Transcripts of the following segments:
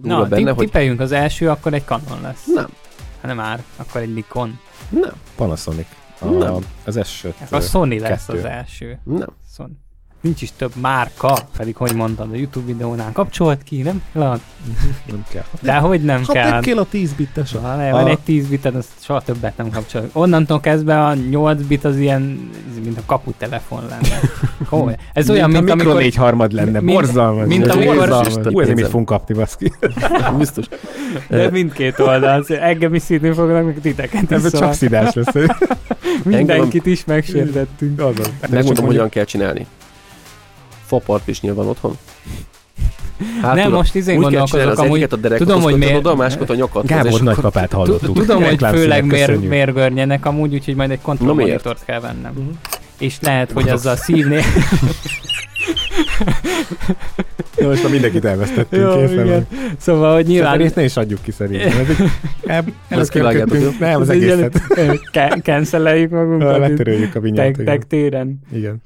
durva benne, hogy... tippeljünk, az első akkor egy Canon lesz. Nem. Nem már, akkor egy Nikon. Nem. Panasonic. Az S5. A Sony lesz kettő. az első. Nem. Sony. Nincs is több márka, pedig hogy mondtad, a YouTube videónál kapcsolt ki, nem? Nem kell. De hogy nem kell. Hát kell a 10 bites. Van egy 10 bitet, azt soha többet nem kapcsol. Onnantól kezdve a 8 bit az ilyen, mint a kaputelefon lenne. Komoly. Ez olyan, mint amikor... Mikro 4/3 lenne, borzalmas. Mint amikor... Hú, ezért mit fogunk kapni, baszki. Biztos. De mindkét oldal. Engem is szítni fognak, meg titeket is. Ebben csak szidás lesz. Mindenkit is megsértettünk. Megmondom, hogyan kell csinálni. Fapartpisnyél van otthon. Hát, nem, most izén gondolkozok, amúgy tudom, hogy miért... Oda, máskot a nyakat. Gábor nagypapát hallottuk. Tudom, hogy főleg miért görnyenek amúgy, úgyhogy majd egy kontrollmonitort kell vennem. És lehet, hogy azzal szívni... Jó, most már mindenkit elvesztettünk. Jó, igen. Szóval, hogy nyilván... Ezt ne is adjuk ki szerintem. Ezt kivágjátok. Nem, az egészet. Canceleljük magunkat. Letöröljük a vinyát. Tech téren. Igen.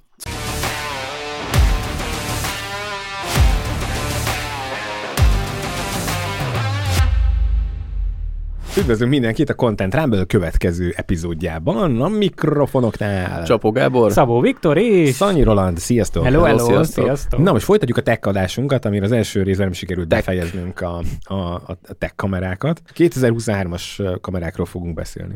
Üdvözlünk mindenkit a Content Rumble következő epizódjában, a mikrofonoknál. Csapó Gábor. Szabó Viktor és... Szanyi Roland, sziasztok! Hello, sziasztok! Na most folytatjuk a tech adásunkat, amire az első részben nem sikerült befejeznünk a tech kamerákat. 2023-as kamerákról fogunk beszélni.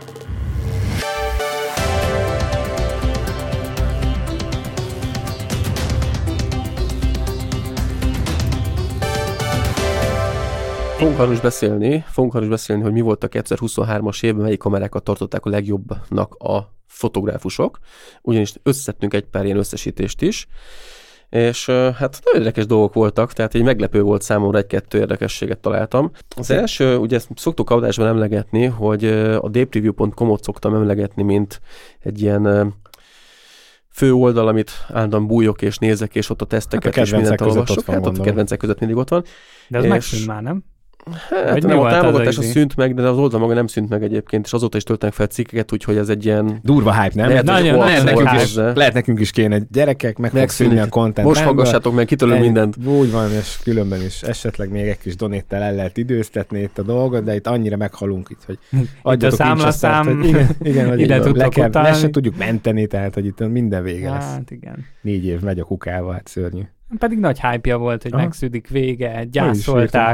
Fogunk arról is beszélni, hogy mi volt a 2023-as évben, melyik kamerákat tartották a legjobbnak a fotográfusok, ugyanis összeszedtünk egy pár ilyen összesítést is, és hát nagyon érdekes dolgok voltak, tehát egy meglepő volt számomra, egy-kettő érdekességet találtam. Az első, ugye ezt szoktuk adásban emlegetni, hogy a dpreview.com-ot szoktam emlegetni, mint egy ilyen fő oldal, amit állandóan bújok és nézek, és ott a teszteket és mindent olvasok. Hát ott a kedvencek között mindig ott van. De az megszűnt már, nem? Hát nem, a támogatás az szűnt meg, de az oldal maga nem szűnt meg egyébként, és azóta is töltenek fel cikkeket, úgyhogy ez egy ilyen... Durva hype, nem? Lehet nekünk is kéne, gyerekek, meg fog szűnni a content. Most hallgassátok meg, kitörlünk mindent. Úgy van, és különben is esetleg még egy kis donate-tel el lehet időztetni itt a dolgot, de itt annyira meghalunk itt, hogy adjatok számlaszám, igen, hogy ide tudtok utalni. Ezt se tudjuk menteni, tehát hogy itt minden vége lesz. Hát igen. 4 év megy a kukába, hát szörnyű. Pedig nagy hype-ja volt, hogy megszűnik vége, gyászolták.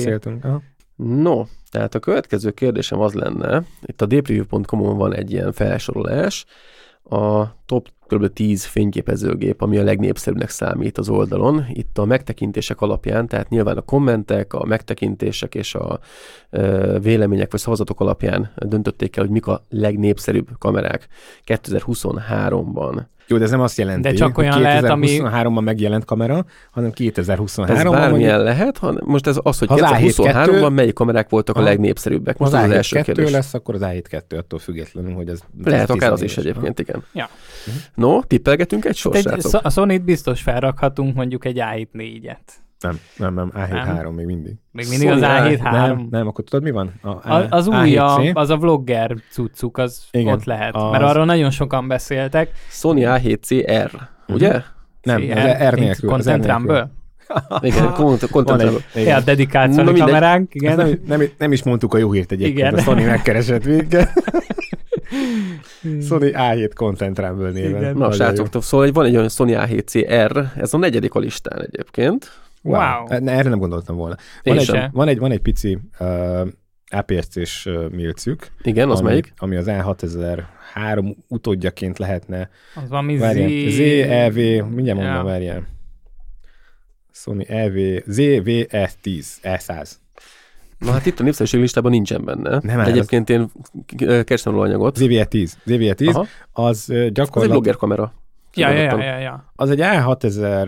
No, tehát a következő kérdésem az lenne, itt a dpreview.com-on van egy ilyen felsorolás, a top kb. 10 fényképezőgép, ami a legnépszerűbbnek számít az oldalon. Itt a megtekintések alapján, tehát nyilván a kommentek, a megtekintések és a vélemények vagy szavazatok alapján döntötték el, hogy mik a legnépszerűbb kamerák 2023-ban. Jó, de ez nem azt jelenti, de csak olyan hogy 2023-ban megjelent kamera, hanem 2023-ban. Ez bármilyen lehet, most ez az, hogy 2023-ban melyik kamerák voltak a legnépszerűbbek. Most az első A7 kérdés. lesz, akkor az A7-2 attól függetlenül, hogy ez... Lehet akár az is egyébként, igen. Ja. No, tippelgetünk egy sor, srácok. A Sony-t biztos felrakhatunk mondjuk egy A7-4-et. Nem, A7-3 még mindig. Még mindig az A7-3. Nem, akkor tudod mi van? Az új, az a vlogger cuccuk, az igen, ott lehet. Mert arról nagyon sokan beszéltek. Sony A7C-R, ugye? Nem, az R nélkül. Content Rumble? Igen, Content Rumble. Ja, dedikált Sony kameránk, igen. Nem is mondtuk a jó hírt egyébként, a Sony megkeresett minket. Sony A7 Content Rumble néven. Na, srácok, szóval van egy olyan Sony A7C-R, ez a 4. a listán egyébként. Wow. Erre nem gondoltam volna. Van egy pici APS-C-s milcük. Igen, az melyik? Ami az A6003 utódjaként lehetne. Az valami ZEV, mindjárt mondom, várjál. Sony ZV-E10, E100. Na hát itt a népszerűség listában nincsen benne. Nem egyébként én kerestem róla anyagot. ZV-E10, az gyakorlatilag... Az egy blogger kamera. Ja. Az egy A6100,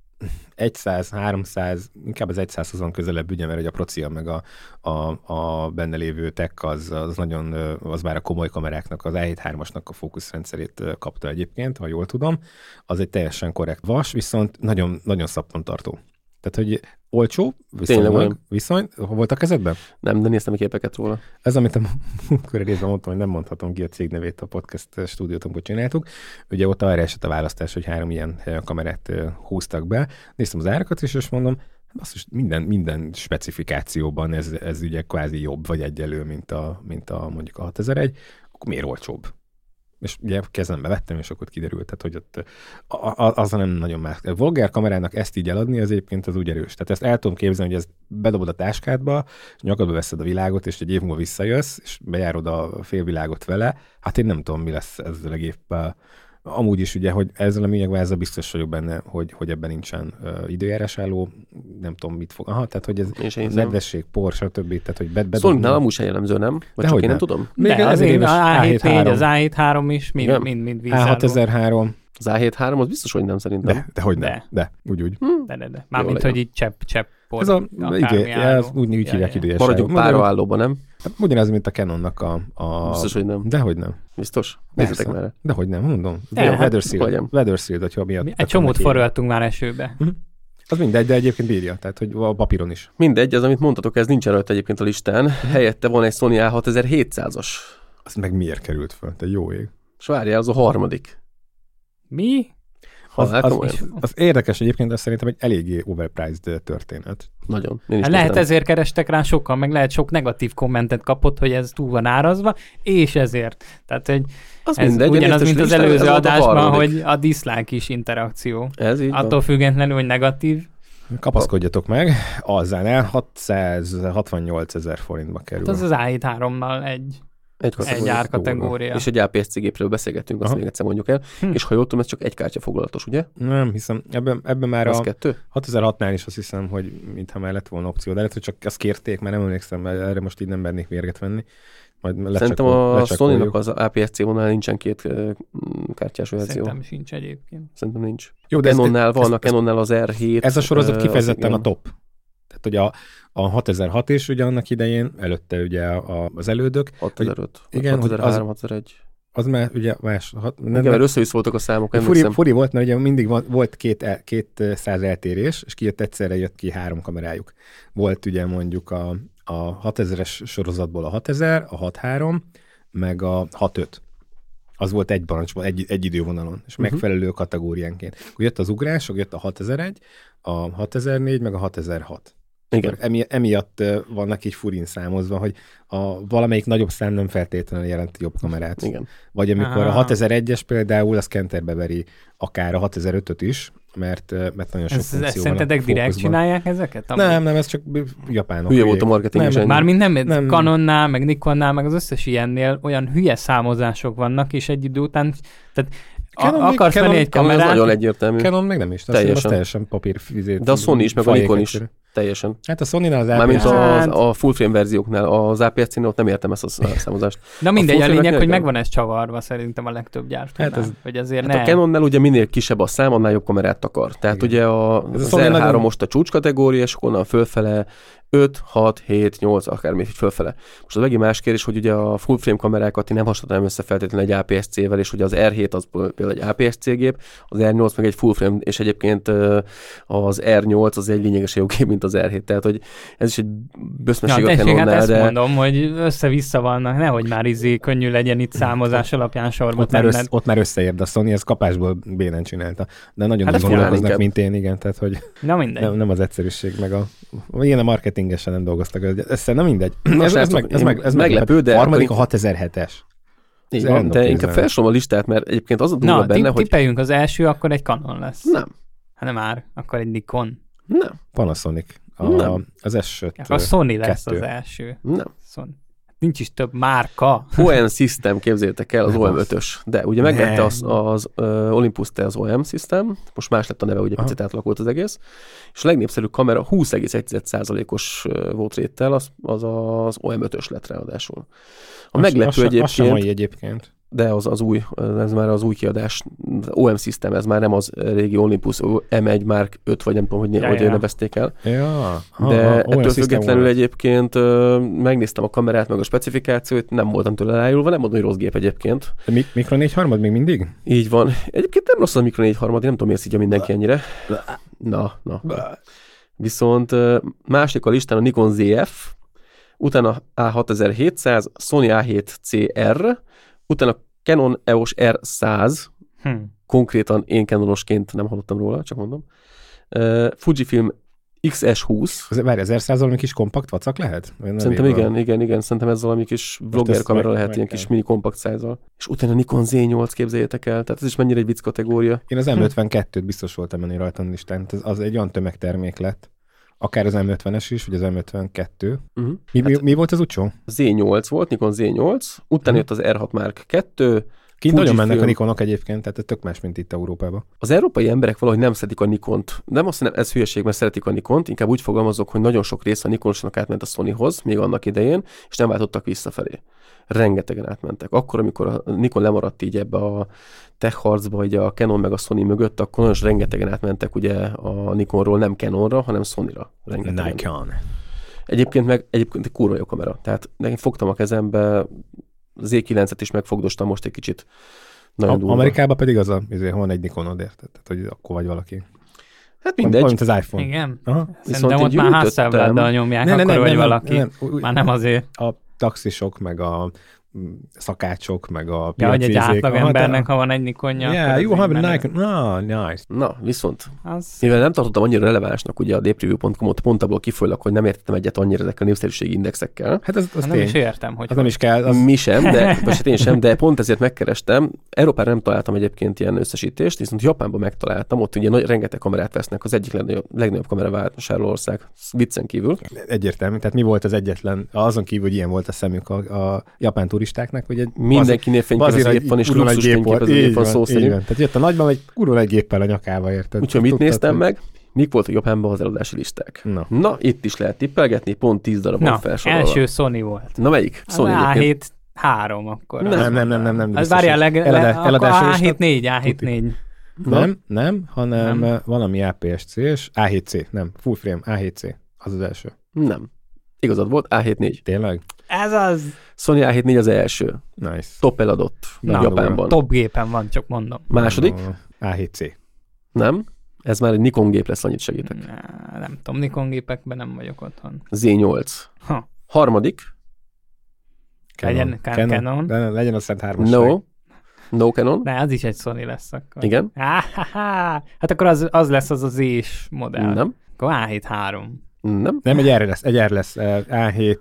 300, inkább az 100-hoz van közelebb, ugye, mert a procia meg a benne lévő tech az nagyon, az már a komoly kameráknak, az A7-3-asnak a fókuszrendszerét kapta egyébként, ha jól tudom. Az egy teljesen korrekt vas, viszont nagyon, nagyon szappantartó. Tehát, hogy olcsó, viszony, volt a kezedben? Nem, de néztem a képeket róla. Ez, amit a múltkori részben mondtam, hogy nem mondhatom ki a cég nevét a podcast stúdiót, amikor csináltuk. Ugye ott arra esett a választás, hogy 3 ilyen kamerát húztak be. Néztem az árakat is, és mondom, Basszus, minden specifikációban ez ugye kvázi jobb, vagy egyelő, mint a mondjuk a 6001, akkor miért olcsóbb? És ugye kezembe vettem, és akkor kiderült, tehát, hogy ott az nem nagyon más. A Vlogger kamerának ezt így eladni, az egyébként az úgy erős. Tehát ezt el tudom képzelni, hogy ezt bedobod a táskádba, és nyakadba veszed a világot, és egy év múlva visszajössz, és bejárod a félvilágot vele. Hát én nem tudom, mi lesz ezzel a géppel. Amúgy is ugye, hogy ezzel a műanyagvázzal biztos vagyok benne, hogy ebben nincsen időjárás álló, nem tudom, mit fog. Aha, tehát, hogy ez nedvesség, por, stb. Tehát, hogy bedobni. Szóval amúgy se jellemző, nem? Vagy csak én nem tudom? De az A7-4, az A7-3 is, mind vízálló. A6003. Az A7-3 az biztos, hogy nem szerintem. De hogy nem. De, úgy. De. Mármint, hogy így csepp por. Ez úgy hívják időjárás. Maradjunk páraállóban, nem? Hát ugyanaz, mint a Canonnak a... Biztos, hogy nem. Dehogy nem. Biztos? Nézzetek már. Dehogy nem, mondom. Weather Sealed, hogyha miatt. Egy csomót forraltunk már esőbe. Az mindegy, de egyébként bírja, tehát hogy a papíron is. Mindegy, az, amit mondtatok, ez nincsen rajta egyébként a listán. Helyette van egy Sony A6700-as. Az meg miért került föl? Te jó ég. És várjál, az a harmadik. Mi? Az érdekes egyébként, az szerintem egy eléggé overpriced történet. Nagyon. Lehet ezért kerestek rá sokan, meg lehet sok negatív kommentet kapott, hogy ez túl van árazva, és ezért. Tehát, hogy az ez mindegy, ugyanaz, mint az előző adásban, hogy a dislike is interakció. Ez így attól függetlenül, hogy negatív. Kapaszkodjatok meg, azzánál 668 000 forintba kerül. Hát az az A7-3-nal egy árkategória. És egy APS-C gépről beszélgettünk, azt még egyszer mondjuk el. És ha jól tudom, ez csak egy kártya foglalatos, ugye? Nem, hiszem, ebben már az a 6006-nál is azt hiszem, hogy mintha már lett volna opció, de lehet, hogy csak azt kérték, mert nem emlékszem, erre most így nem mernék mérget venni. Szerintem a Sony-nak az APS-C vonal nincsen két kártyás verzió. Szerintem sincs egyébként. Szerintem nincs. Jó, de Canonnál van, a Canonnál az R7. Ez a sorozat kifejezetten a top. Tehát, hogy a 6006 is ugye annak idején, előtte ugye az elődök. 6005. Igen, 6003, 6001. Az már ugye más... Igen, mert össze-vissza voltak a számok. Furi volt, mert ugye mindig volt 200 eltérés, és jött ki 3 kamerájuk. Volt ugye mondjuk a 6000-es sorozatból a 6000, a 63, meg a 65. Az volt egy parancsban, egy idővonalon, és megfelelő kategóriánként. Akkor jött az ugrás, jött a 6001, a 6004, meg a 6006. Igen. Emiatt vannak így furin számozva, hogy valamelyik nagyobb szám nem feltétlenül jelenti jobb kamerát. Igen. Vagy amikor a 6001-es például, az kenterbe veri akár a 6005-öt is, mert nagyon sok funkció van. Szerintetek direkt csinálják ezeket? Nem, ez csak japánok. Hülye volt a marketing. Mármint nem Canonnál, meg Nikonnál, meg az összes ilyennél olyan hülye számozások vannak, és egy idő után, tehát akarsz venni egy kamerát. Az nagyon egyértelmű. Canon meg nem is. Teljesen papírfizét. De a Sony is, meg a Nikon is. Teljesen. Hát a Sony-nál az mármint a full frame verzióknál, az APS-C-nél ott nem értem ezt a számozást. Na mindegy, a lényeg, hogy megvan ez csavarva szerintem a legtöbb gyártónál. Hogy azért a Canonnál ugye minél kisebb a szám, annál jobb kamerát akar. Tehát ugye az R3 most a csúcskategória, és onnan fölfele 5, 6, 7, 8, akármi fölfele. Most az megint más kérdés, hogy ugye a full frame kamerákat én nem hasonlítanám össze feltétlenül egy APS-C-vel, és ugye az R7 az például egy APS-C gép, az R8 meg egy full frame, és egyébként az R8 az egy lényegesen jobb gép, mint az R7. Tehát, hogy ez is egy böszmesség a Canonnál. Hát ezt mondom, hogy össze-vissza vannak, nehogy már könnyű legyen itt számozás alapján sorba tenned. Ott már összeérd a Sony, ez kapásból bénán csinálta. De nagyon úgy gondolkoznak, mint én, igen. Tehát, hogy nem az egyszerűség, meg ilyen a marketingesen nem dolgoztak. Na mindegy. Ez meglepő, de... Harmadik a 6007-es. Így van, de inkább felsorolom a listát, mert egyébként az a durva benne, hogy... tippeljünk, az első, akkor egy Canon lesz. Nem. Hát nem akkor egy Nikon. Nem. Panasonic. Az S5. A Sony lesz az első. Nem. Nincs is több márka. OM System, képzeljétek el, az OM5-ös. De ugye megvette az Olympus T az OM System, most más lett a neve, ugye picit átalakult az egész, és a legnépszerűbb kamera 20,1%-os volt réttel, az OM5-ös lett ráadásul. A meglepő egyébként. De az új, ez már az új kiadás, OM System, ez már nem az régi Olympus M1 Mark 5, vagy nem tudom, hogy nevezték el. Ja. De ettől függetlenül egyébként megnéztem a kamerát, meg a specifikációt, nem voltam tőle elájulva, nem mondom, hogy rossz gép egyébként. Mikro 4.3 még mindig? Így van. Egyébként nem rossz a Mikro 4.3, nem tudom, miért szidja mindenki ennyire. Na. Viszont másik a listán a Nikon ZF, utána A6700, Sony A7CR, utána Canon EOS R100, konkrétan én Canonosként nem hallottam róla, csak mondom. Fujifilm XS20. Várj, 1000 valami kis kompakt vacak lehet? Szerintem igen. Szerintem ez valami kis vlogger kamera lehet, ilyen kis mini kompakt size-zal. És utána Nikon Z8 képzeljétek el, tehát ez is mennyire egy vicc kategória. Én az M52-t biztos voltam menni rajta a listán, az egy olyan tömegtermék lett. Akár az M50-es is, vagy az M52. Mi volt az utcsó? Z8 volt, Nikon Z8, utána jött az R6 Mark II. Kint nagyon mennek a Nikonok egyébként, tehát ez tök más, mint itt Európában. Az európai emberek valahogy nem szeretik a Nikont. Nem azt mondom, ez hülyeség, mert szeretik a Nikont, inkább úgy fogalmazok, hogy nagyon sok része a Nikonosnak átment a Sonyhoz, még annak idején, és nem váltottak visszafelé. Rengetegen átmentek. Akkor, amikor a Nikon lemaradt így ebbe a tech harcba, ugye a Canon meg a Sony mögött, akkor nagyon rengetegen átmentek ugye a Nikonról nem Canonra, hanem Sonyra. Rengetegen. Nikon. Egyébként egy kurva jó kamera. Tehát nekem fogtam a kezembe, Z9-et is megfogdostam most egy kicsit. Nagyon durva. Amerikában pedig az van egy Nikonod, érted? Tehát, hogy akkor vagy valaki. Hát mindegy. Mint az iPhone. Igen. Aha. Szerintem ott már házszábláddal nyomják, akkor vagy valaki. Már nem azért. A taxisok, meg a szakácsok, meg a piacizék. Ja, hogy egy átlag embernek, ha van egy Nikonja. Yeah, you have a Nikon. Nice. Na, viszont, mivel nem tartottam annyira relevánsnak ugye a dpreview.com-ot, pont abból kifolyólag, hogy nem értettem egyet annyira ezekkel a népszerűségi indexekkel. Hát az nem is értem, hogy nem is kell. Mi sem, vagy én sem, de pont ezért megkerestem. Európára nem találtam egyébként ilyen összesítést, viszont Japánban megtaláltam, ott ugye rengeteg kamerát vesznek, az egyik legnagyobb kameravásárló ország, viccen kívül. Egyértelmű, tehát mi volt az egyetlen, azon kívül, hogy ilyen volt a szemük a japán turistáknak, hogy egy mindenkinél fényképezőgép van, és luxus fényképezőgép van szó szerint. Tehát jött a nagyban egy kurva egy géppel a nyakába, érted? Úgyhogy mit néztem meg? Mik voltak Japánban az eladási listák? Na, itt is lehet tippelgetni, pont 10 darabon felsorolva. Első Sony volt. Na melyik? Sony A7 3 akkor. Nem. Az várjál, akkor A7-4. Nem, hanem valami APS-C és A7C, nem, full frame, A7C, az az első. Nem. Igazad volt, A7-4. Tényleg? Ez az. Sony A7-4 az első. Nice. Top eladott Japánban. Top gépen van, csak mondom. Második? A7C. Nem. Ez már egy Nikon gép lesz, annyit segítek. Nem tudom, Nikon gépekben nem vagyok otthon. Z8. Harmadik? Canon. Canon. Legyen a Szent Hármasság. No Canon. Ne, az is egy Sony lesz akkor. Igen. Hát akkor az lesz az Z-s modell. Nem. Akkor A7 3. Nem, egy R lesz. A7...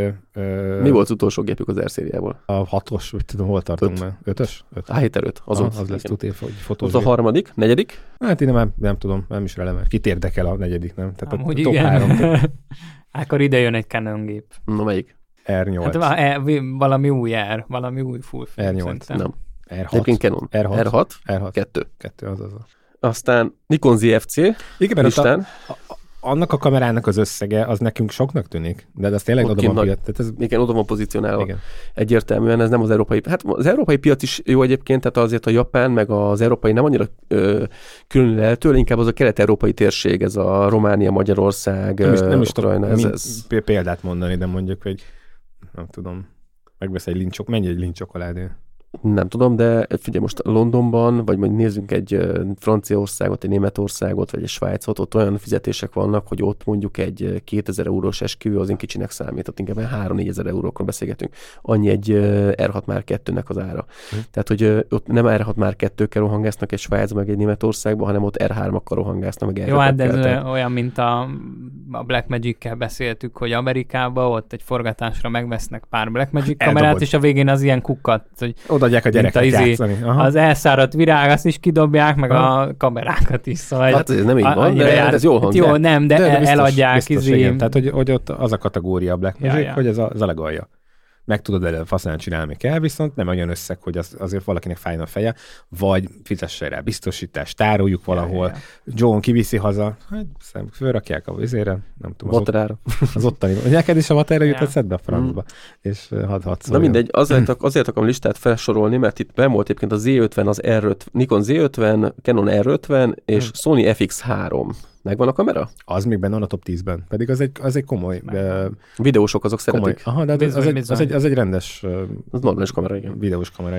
Mi volt az utolsó gépük az R-szériából? A 6-os, úgy tudom, hol tartunk már? 5-ös? A7 R5. Az lesz tudja, hogy fotós. Az a harmadik, negyedik? Hát én nem tudom, nem is releváns. Kit érdekel a negyedik, nem? Tehát amúgy a top 3. Akkor ide jön egy Canon gép. Na melyik? R8. Hát valami új R, valami új full frame. R8. Nem. R6. Egyébként Canon. R6. 2. Az. Aztán Nikon ZFC listán. Annak a kamerának az összege, az nekünk soknak tűnik, de ez tényleg oda van piac. Igen, oda van pozícionálva. Igen. Egyértelműen ez nem az európai... Hát az európai piac is jó egyébként, tehát azért a japán, meg az európai nem annyira különül el tőle, inkább az a kelet-európai térség, ez a Románia, Magyarország, nem is Ukrajna. Ez példát mondani, de mondjuk, hogy nem tudom, megvesz egy lincsok, mennyi egy lincsokoládé? Nem tudom, de figyelj, most Londonban, vagy majd nézzünk egy Franciaországot, egy Németországot, vagy egy Svájcot, ott olyan fizetések vannak, hogy ott mondjuk egy 2000 eurós esküvő az én kicsinek számít, ott inkább 3-4 ezer eurókról beszélgetünk. Annyi egy R6 Mark II-nek az ára. Tehát, hogy ott nem R6 Mark II-kkel rohangásznak egy Svájcban, meg egy Németországban, hanem ott R3-akkal rohangásznak, meg R5-ekkel. Jó, hát ez olyan, mint a Blackmagic-kel beszéltük, hogy Amerikában ott egy forgatásra megvesznek pár Blackmagic kamerát, és a végén az ilyen kukkat, hogy adják a gyereket játszani. Az elszáradt virág, azt is kidobják, meg a kamerákat is. Szóval hát ez nem így van, de ez jól hangzik. Jó, nem, de biztos, eladják. Biztos, tehát, hogy ott az a kategória a Blackmagic, hogy ez az a legalja. Meg tudod előbb faszán csinálni kell, viszont nem olyan összeg, hogy azért valakinek fájna a feje, vagy fizesse rá biztosítást, tároljuk valahol, John kiviszi haza, hát fölrakják a vizére, nem tudom. Vaterára. Az ottani. Neked is a vaterára jutott, szedd be a francba, és hadd szóljon. Na mindegy, azért akarom listát felsorolni, mert itt ben volt egyébként a Z50, az R5, Nikon Z50, Canon R50 és Sony FX3. Megvan a kamera? Az még benne van a top 10-ben, pedig az egy komoly... Videósok azok szeretik. Aha, de az egy rendes... Az normális kamera, igen. Videós kamera, igen.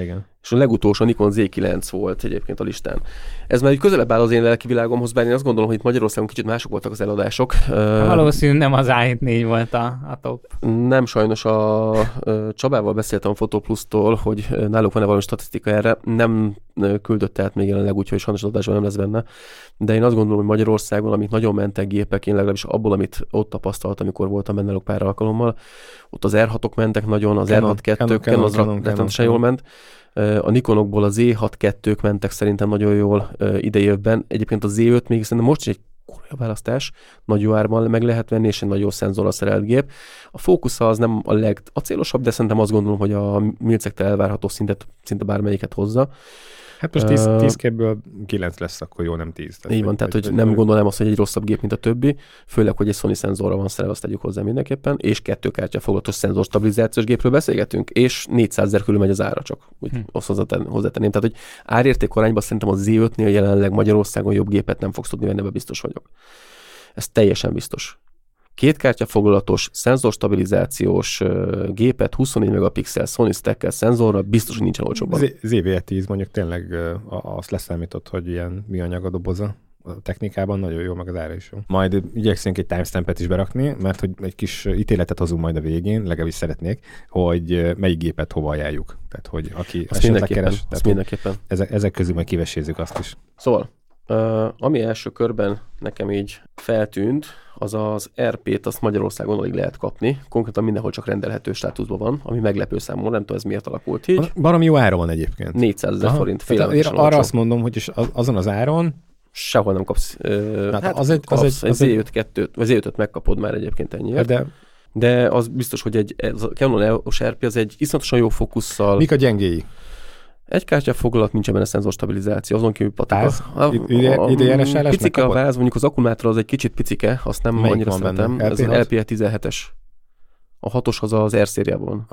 és a legutolsó Nikon Z9 volt egyébként a listán. Ez már így közelebb áll az én lelki világomhoz, bár én azt gondolom, hogy itt Magyarországon kicsit mások voltak az eladások. Valószínűleg nem az A7-4 volt a top. Nem, sajnos a Csabával beszéltem a Fotoplus-tól, hogy náluk van-e valami statisztika erre, nem küldött át még jelenleg, úgyhogy sajnos az adásban nem lesz benne. De én azt gondolom, hogy Magyarországon, amik nagyon mentek gépek, én legalábbis abból, amit ott tapasztaltam, amikor voltam benne pár alkalommal, ott az R6-ok mentek nagyon, az R6-2-ken az rettenetesen jól ment. A Nikonokból az Z6-2-k mentek szerintem nagyon jól idejövben. Egyébként a Z5 még szerintem most is egy kurva választás, nagy jó árban meg lehet venni, és egy nagy jó szenzorral szerelt gép. A fókusza az nem a legacélosabb, de szerintem azt gondolom, hogy a Milcektől elvárható szintet szinte bármelyiket hozza. Hát most 10 képből 9 lesz, akkor jó, nem 10. Így van, tehát hogy nem gondolom azt, hogy egy rosszabb gép, mint a többi, főleg, hogy egy Sony szenzorra van szerelve, azt tegyük hozzá mindenképpen, és 2 kártyafoglatos szenzorstabilizációs gépről beszélgetünk, és 400 000 körül megy az ára, csak úgy azt hozzátenném. Tehát, hogy árérték arányban szerintem a Z5-nél jelenleg Magyarországon jobb gépet nem fogsz tudni venni, ebben biztos vagyok. Ez teljesen biztos. 2 kártyafoglatos, szenzorstabilizációs gépet, 24 megapixel Sony Stackkel szenzorra, biztos, hogy nincsen olcsóbban. ZV-10 mondjuk tényleg azt leszámított, hogy ilyen műanyag a doboza. A technikában nagyon jó, meg az ára is jó. Majd igyekszünk egy timestampet is berakni, mert hogy egy kis ítéletet hozunk majd a végén, legalábbis szeretnék, hogy melyik gépet hova ajánljuk. Tehát, hogy aki esetleg keres. Mindenképpen. Ezek közül majd kivesézzük azt is. Szóval, ami első körben nekem így feltűnt, az RP-t azt Magyarországon alig lehet kapni. Konkrétan mindenhol csak rendelhető státuszban van, ami meglepő számomra, nem tudom, ez miért alakult így. Baromi jó áron van egyébként. 400 000 forint, félelmetesen olcsó. Arra azt mondom, hogy is azon az áron sehol nem kapsz. Egy Z5-2, vagy Z5-öt megkapod már egyébként ennyiért. De az biztos, hogy a Canon EOS RP az egy iszonyatosan jó fókusszal. Mik a gyengéi? Egy kártyafoglalat, nincsen benne szenzorstabilizáció, azon kívül patika. Idejárás állás picike a váz, mondjuk az akkumulátor az egy kicsit picike, azt nem melyik annyira szeretem. Ez az LPE 17-es. A 6-os az az R szériában.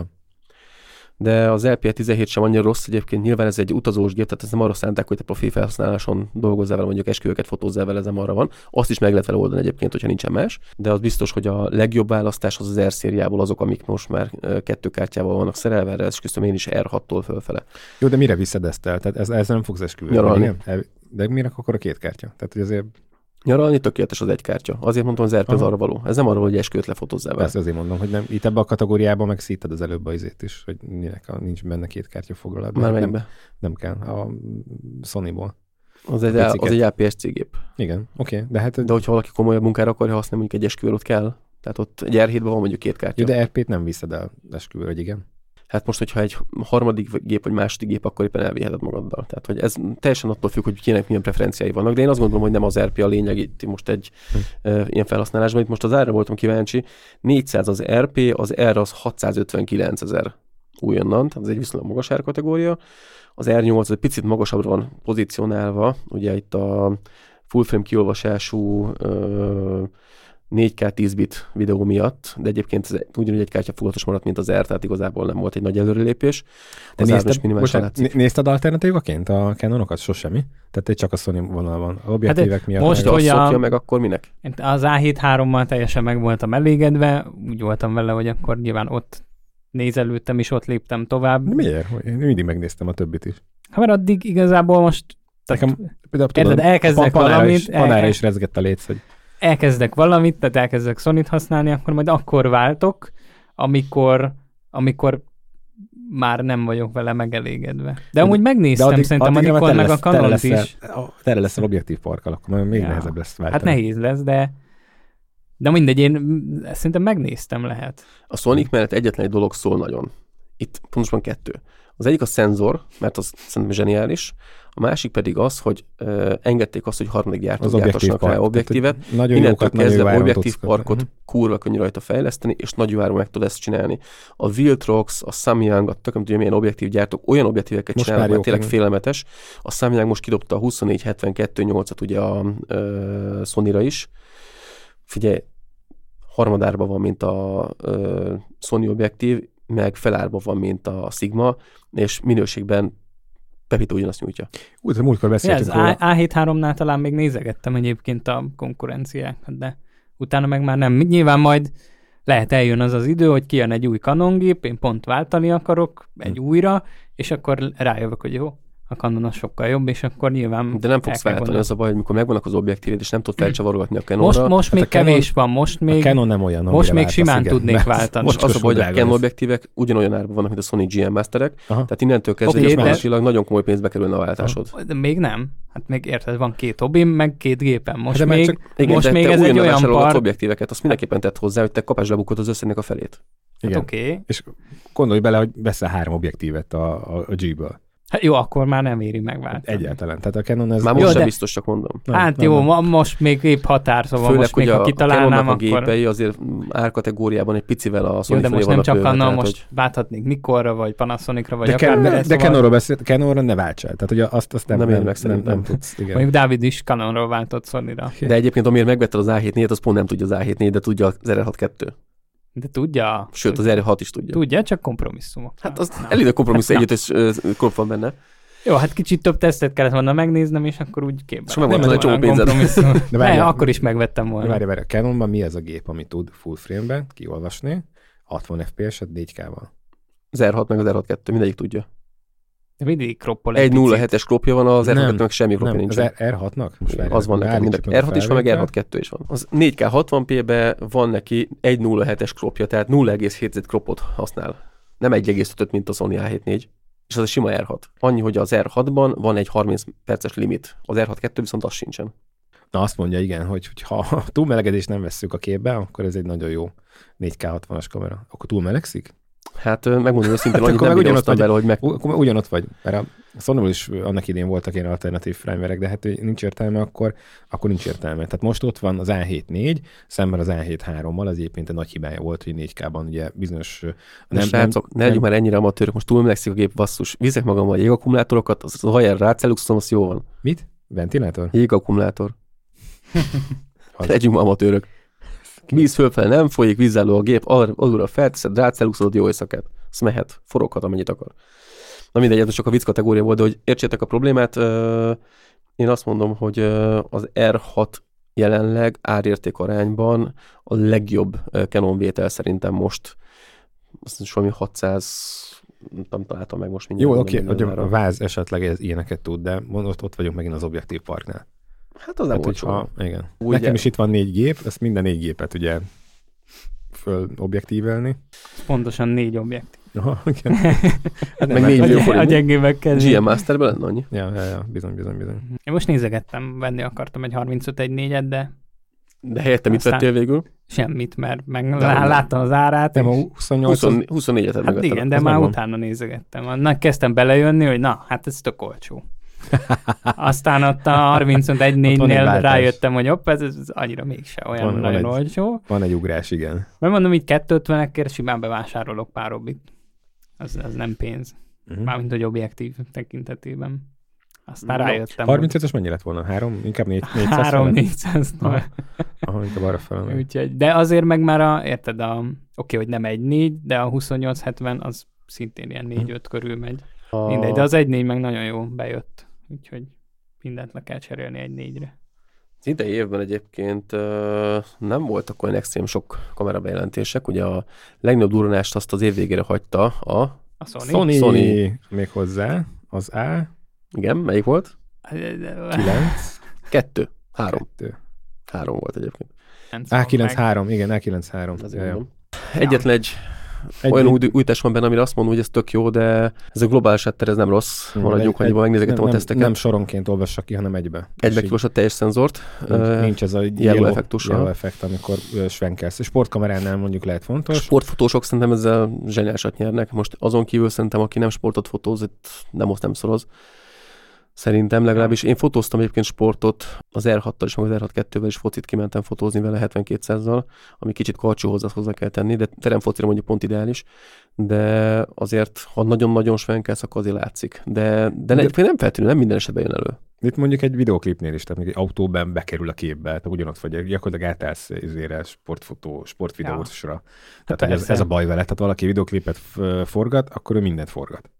De az LPE 17 sem annyira rossz egyébként, nyilván ez egy utazós gép, tehát ez nem arra szánták, hogy te profi felhasználáson dolgozzál vele, mondjuk esküvőket fotózzál vele, ez nem arra van. Azt is meg lehet vele oldani egyébként, hogyha nincsen más, de az biztos, hogy a legjobb választás az R szériából azok, amik most már 2 kártyával vannak szerelve, erre esküszöm én is R6-tól fölfele. Jó, de mire viszed ezt el? Tehát ez nem fogsz esküvőre. De mire akkor a 2 kártya? Tehát, hogy azért nyaralni tökéletes az egy kártya. Azért mondtam, az RP az arra való. Ez nem arra, hogy esküvőt lefotózzál vele. Ezt azért mondom, hogy nem. Itt ebbe a kategóriában megszíted az előbb az izét is, hogy nincs benne 2 kártya foglalat. Már nem kell. A Sonyból. Az egy APS-C gép. Igen, oké. De hogyha valaki komolyabb munkára akarja használni, mondjuk egy esküvőt ott kell. Tehát ott egy R7-ben van mondjuk 2 kártya. Jó, de RP-t nem viszed el esküvőre, hogy igen. Hát most, hogyha egy harmadik gép vagy második gép, akkor éppen elviheted magaddal. Tehát, hogy ez teljesen attól függ, hogy kinek milyen preferenciái vannak. De én azt gondolom, hogy nem az RP a lényeg itt most egy ilyen felhasználásban. Itt most az árra voltam kíváncsi. 400 az RP, az R az 659 000 újonnan, tehát ez egy viszonylag magas árkategória. Az R8 az egy picit magasabbra van pozícionálva. Ugye itt a full frame kiolvasású 4K 10 bit videó miatt, de egyébként ez ugyanúgy egy kártyafoglatos maradt, mint az R, tehát igazából nem volt egy nagy előrelépés. Nézted alternatívaként a Canonokat? Sosem. Tehát csak a Sony vonalban. Objektívek miatt. Most, hogy szokja meg, akkor minek? Az A7-3-mal teljesen meg voltam elégedve, úgy voltam vele, hogy akkor nyilván ott nézelődtem, és ott léptem tovább. De miért? Én mindig megnéztem a többit is. Hát mert addig igazából most elkezdek valamit. Panára is rezgett a léc, hogy elkezdek valamit, tehát elkezdek Sony-t használni, akkor majd akkor váltok, amikor már nem vagyok vele megelégedve. De amúgy megnéztem szerintem a Nikon meg a Canont is. Tere leszel objektív parkkal, akkor még nehezebb lesz váltani. Hát nehéz lesz, de mindegy, én szerintem megnéztem lehet. A Sony mellett egyetlen egy dolog szól nagyon. Itt pontosan 2. Az egyik a szenzor, mert az szerintem zseniális, a másik pedig az, hogy engedték azt, hogy harmadik gyártók gyártassanak rá objektívet. Innentől kezdve objektív parkot kurva könnyű rajta fejleszteni, és nagy áron meg tud ezt csinálni. A Viltrox, a Samyang, a tököm tudja milyen objektív gyártók, olyan objektíveket csinálnak, mert tényleg félelmetes. A Samyang most kidobta a 24-72-8-at ugye a Sonyra is. Figyelj, harmadárban van, mint a Sony objektív, meg felárban van, mint a Sigma, és minőségben Pepito ugyanazt nyújtja. Úgy, hogy múltkor beszéltünk róla. A7-3-nál talán még nézegettem egyébként a konkurenciákat, de utána meg már nem. Nyilván majd lehet eljön az idő, hogy kijön egy új Canon gép, én pont váltani akarok egy újra, és akkor rájövök, hogy jó, a Canon az sokkal jobb, és akkor nyilván... De nem fogsz váltani, az a baj, hogy mikor megvannak az objektívéd, és nem tudod felcsavarogatni a Canonra. Most még kevés van, most még... A Canon nem olyan, most még simán tudnék váltani. Most az a baj, hogy a Canon objektívek ugyanolyan árban vannak, mint a Sony GM Masterek, tehát innentől kezdve gyakorlatilag nagyon komoly pénzbe kerülne a váltásod. De még nem. Hát még érted, van 2 hobbim, meg 2 gépen. Most de még, igen, most még ez egy olyan par... objektíveket, azt mindenképpen tett hozzá, hogy te kapásd lebukod az összegnek a felét. Hát oké. És gondolj bele, hogy veszel 3 objektívet a G-ből. Hát jó, akkor már nem éri megváltani. Egyáltalán. Tehát a Canon ez... Már most sem biztos, csak mondom. Hát jó, most még épp határ, szóval főleg, most még ha kitalálnám, a gépei azért árkategóriában egy picivel a Sony de most nem csak annál, most hogy... válthatnék Nikonra, vagy Panasonicra, vagy de Canonról beszélt, Canonra ne váltsál. Tehát ugye azt nem tudsz. Igen. Mondjuk Dávid is Canonról váltott Sonyra. De egyébként amiért megvetted az A7-4-et, az pont nem tudja az A7-4, de tudja az R6-2. De tudja. Sőt, az R6 is tudja. Tudja, csak kompromisszumok. Hát az elég a kompromisszum együttes krop van benne. Jó, hát kicsit több tesztet kellett volna megnéznem, és akkor úgy képben. És megvan egy csomó pénzed. De akkor is megvettem volna. Várj, a Canonban mi ez a gép, ami tud full frame-ben kiolvasni, 60 FPS-et 4K-val? Az R6 meg az R6-2, mindegyik tudja. De mindig kroppol egy 0.7-es kropja van, az R6-2 meg semmi kropja nincs. Az R6-nak? Az van nekem, R6 is van, meg R6-2 is van. Az 4K 60p-be van neki egy 0.7-es kropja, tehát 0,7 kropot használ. Nem 1,5, mint a Sony A7-4. És az a sima R6. Annyi, hogy az R6-ban van egy 30 perces limit. Az R6-2 viszont az sincsen. Na azt mondja, igen, hogy ha túlmelegedést nem vesszük a képbe, akkor ez egy nagyon jó 4K 60-as kamera. Akkor túlmelegszik? Hát megmondom őszintén, annyit nem videóztam bele, hogy Akkor ugyanott vagy. Mert a Sony-ból is annak idén voltak ilyen alternatív primerek, de hát nincs értelme, akkor nincs értelme. Tehát most ott van az A7-4, szemben az A7-3-mal, az egyébként egy nagy hibája volt, hogy 4K-ban ugye bizonyos... Ne legyünk már ennyire amatőrök, most túlmelegszik a gép, basszus. Viszek magammal jégakkumulátorok, az hajer rácelluxom, az jó van. Mit? Ventilátor? Jégakkumulátor. Legyünk amatőrök. Víz fölfele nem folyik, vízálló a gép, alulra felteszed, rácelluxolod, jó éjszakát. Az mehet, foroghat, amennyit akar. Na mindegy, ez csak a vicc kategória volt, de hogy értsétek a problémát, én azt mondom, hogy az R6 jelenleg árérték arányban a legjobb Canon vétel szerintem most. Azt is valami 600, nem találtam meg most mindjárt. Jó, oké, hogy a váz esetleg ez ilyeneket tud, de ott vagyunk megint az objektív parknál. Hát az nem volt soha. Igen. Nekem is itt van 4 gép, ezt minden 4 gépet ugye föl objektívelni. Pontosan 4 objektív. Aha, igen. Hát meg 4 millió forint. A gyengébbekkel. GM Masterben lenne annyi. Ja, bizony. Én most nézegettem, venni akartam egy 35-1.4-et, de helyette mit vettél végül? Semmit, mert láttam az árát. Nem, a 24-et hát igen, de már utána nézegettem. Kezdtem belejönni, hogy na, hát ez tök olcsó. Aztán ott a 35-1.4-nél rájöttem, hogy ez annyira mégse olyan nagyon olcsó. Van egy ugrás, igen. Mert mondom, így 250-ekért simán bevásárolok pár obbit. Az nem pénz. Mármint, hogy objektív tekintetében. Aztán rájöttem. 35-ös mennyi lett volna? 3? Inkább 400? 3-400. Aha, inkább arra fel. Úgyhogy, de azért meg már érted, oké, hogy nem 1.4, de a 2870 az szintén ilyen 4-5 körül megy. Mindegy, de az 1.4 meg nagyon jó bejött. Úgyhogy mindent le kell cserélni 1.4-re. Az idei évben egyébként nem voltak olyan extrém sok kamerabejelentések. Ugye a legnagyobb durranást azt az év végére hagyta a Sony. Még hozzá. Az A. Igen, melyik volt? 9. 2. 3. 3 volt egyébként. A9-3, igen, A9-3. Egyetlen olyan újítás van benne, amire azt mondom, hogy ez tök jó, de ez a globális shutter, ez nem rossz. Maradjunk, hogy megnézegetem a teszteket. Nem soronként olvassa ki, hanem egybe. Egybe kiolvassa a teljes szenzort. Nincs ez a yellow effekt, amikor svenkelsz. Sportkameránál mondjuk lehet fontos. Sportfotósok szerintem ezzel zseniálisat nyernek. Most azon kívül szerintem, aki nem sportot fotóz, nem szoroz. Szerintem legalábbis. Én fotóztam egyébként sportot az R6-tal és meg az R6-2-vel is focit kimentem fotózni vele 70-200-zal, ami kicsit karcsúhoz hozzá kell tenni, de teremfocira mondjuk pont ideális, de azért, ha nagyon-nagyon svenkelsz, akkor azért látszik. De nem feltűnő, nem minden esetben jön elő. Itt mondjuk egy videóklipnél is, tehát egy autóban bekerül a képbe, tehát ugyanott vagy, gyakorlatilag átállsz sportvideósra. Tehát ez a baj vele, tehát valaki videóklipet forgat, akkor ő mindent forgat.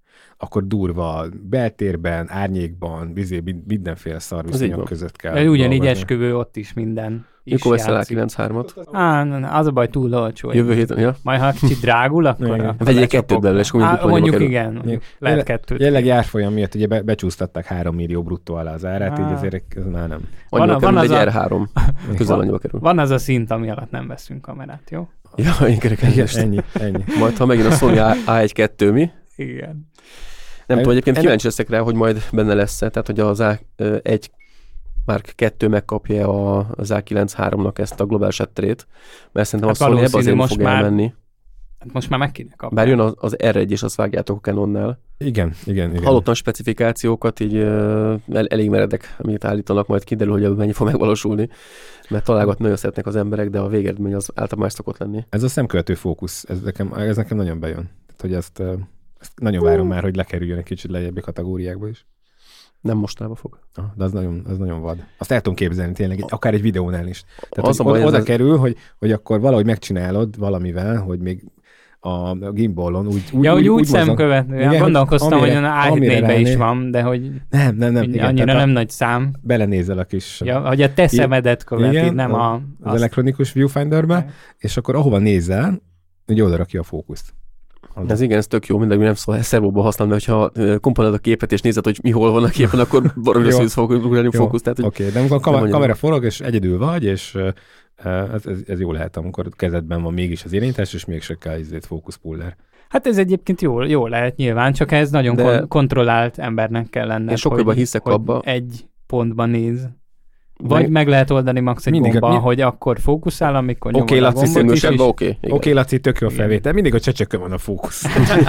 akkor durva beltérben, árnyékban, mindenféle szarviszonyok között kell. De ugyanígy esküvő ott is minden. Mikor veszel A93-at? Az a baj, túl olcsó. Jövő héten, ja. Majd ha kicsit drágul, akkor... Vegyél kettőt belőle, és mondjuk igen, lehet kettőt. Jelenleg árfolyam miatt ugye becsúsztatták 3 millió bruttó alá az árát, így azért ez már nem. Annyiba kerül, egy R3. Közel annyiba kerül. Van az a szint, ami alatt nem veszünk kamerát, jó? Ja, ennyi. Majd ha megint a Sony A1-2 mi? Igen. Nem tudom, egyébként kíváncsi leszek rá, hogy majd benne lesz-e, tehát hogy az A1 Mark 2 megkapja az A93-nak ezt a globál shutterét, mert szerintem a Sony ebbe azért fog elmenni. Most már meg kéne kapni. Bár jön az R1, és azt vágjátok a Canonnál. Igen. Hallottam specifikációkat, így elég meredek, amit állítanak, majd kiderül, hogy ebből mennyi fog megvalósulni, mert találgatni nagyon szeretnek az emberek, de a végeredmény az általában más szokott lenni. Ez a szemkövető fókusz, ez nekem nagyon bejön. Tehát, hogy ezt nagyon várom már, hogy lekerüljön egy kicsit lejjebbi kategóriákba is. Nem mostanában fog. De az nagyon vad. Azt el tudom képzelni tényleg, akár egy videónál is. Tehát oda kerül, hogy akkor valahogy megcsinálod valamivel, hogy még a gimbalon úgy szemkövető. Ja, gondolkoztam, hogy a A7-4-ben is van, de hogy nem. Igen, annyira nem nagy szám. Belenézel a kis... Ja, hogy a te szemedet követi, igen, nem az elektronikus viewfinderbe, és akkor ahova nézel, ugye oda rakja a fókuszt. Ez igen, ez tök jó, mindegy, nem szól szervóban használni, mert hogyha komponálod a képet és nézed, hogy mi hol van a képen, akkor baromi lesz, hogy fog ugrani a fókusz. Oké, de amikor a kamera forog, és egyedül vagy, és ez jó lehet, amikor kezedben van mégis az irányítás, és mégsem kell fókuszpuller. Hát ez egyébként jó lehet nyilván, csak ez nagyon kontrollált embernek kell lenned. Én sokkal jobban hiszek abba. Egy pontban néz. Vagy meg lehet oldani max egy gomba, hogy akkor fókuszál, amikor nyomod a gombot is. Oké, Laci, tök jó felvétel. Mindig a csecsökön van a fókusz.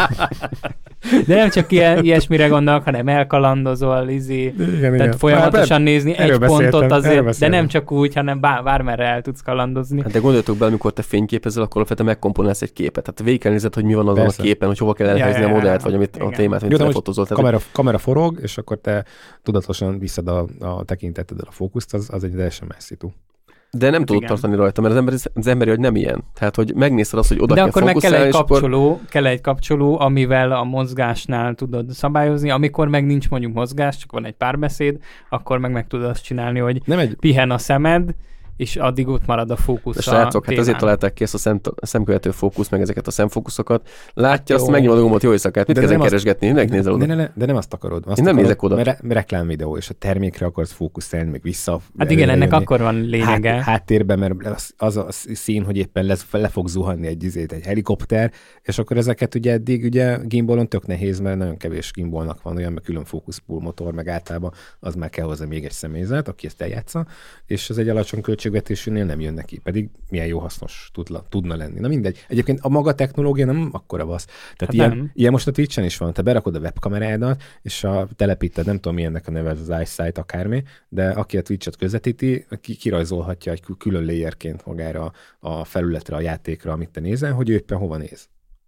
De nem csak ilyesmire gondolok, hanem elkalandozol, tehát folyamatosan nézni egy pontot azért, de nem csak úgy, hanem bármerre el tudsz kalandozni. Hát de gondoljatok be, amikor te fényképezel, akkor alapvetően megkomponálsz egy képet. Tehát végig kell nézed, hogy mi van azon a képen, hogy hova kell elhelyezni a modellt, vagy amit a témát, amit lefotózol. Kamera forog, és akkor te tudatosan visszad a tekinteteddel a fókuszt, az egy teljesen más szitu. De nem tudod tartani rajta, mert az emberi, hogy nem ilyen. Tehát, hogy megnézed azt, hogy oda kell fókuszálni. De akkor meg kell egy kapcsoló, amivel a mozgásnál tudod szabályozni. Amikor meg nincs mondjuk mozgás, csak van egy párbeszéd, akkor meg tudod azt csinálni, hogy pihen a szemed, és addig ott marad a fókusz. De srácok, hát ezért találták ki ezt a szemkövető fókusz, meg ezeket a szemfókuszokat. Látja, azt megnyomod a gombot, jó éjszakát, mit kezdem keresgetni, megnézel oda. De nem azt akarod. Én nem nézek oda. Mert reklámvideó, és a termékre akarsz fókuszálni, meg vissza. Hát igen, ennek akkor van lényege. Háttérben, mert az a szín, hogy éppen le fog zuhanni egy helikopter, és akkor ezeket ugye eddig ugye gimbalon tök nehéz, mert nagyon kevés gimbalnak van olyan, mert külön fókuszpool motor, meg általában az már kell hozzá még egy személyzet, aki ezt eljátsza, és ez egy alacsony költségvetésűnél nem jön neki, pedig milyen jó hasznos tudna lenni. Na mindegy. Egyébként a maga technológia nem akkora vasz. Tehát ilyen most a Twitch-en is van. Te berakod a webkamerádat, és telepíted, nem tudom milyennek a neve, az iSight akármi, de aki a Twitch-et közvetíti, kirajzolhatja egy külön layerként magára a felületre, a játékra, amit te nézel, hogy ő éppen hova néz.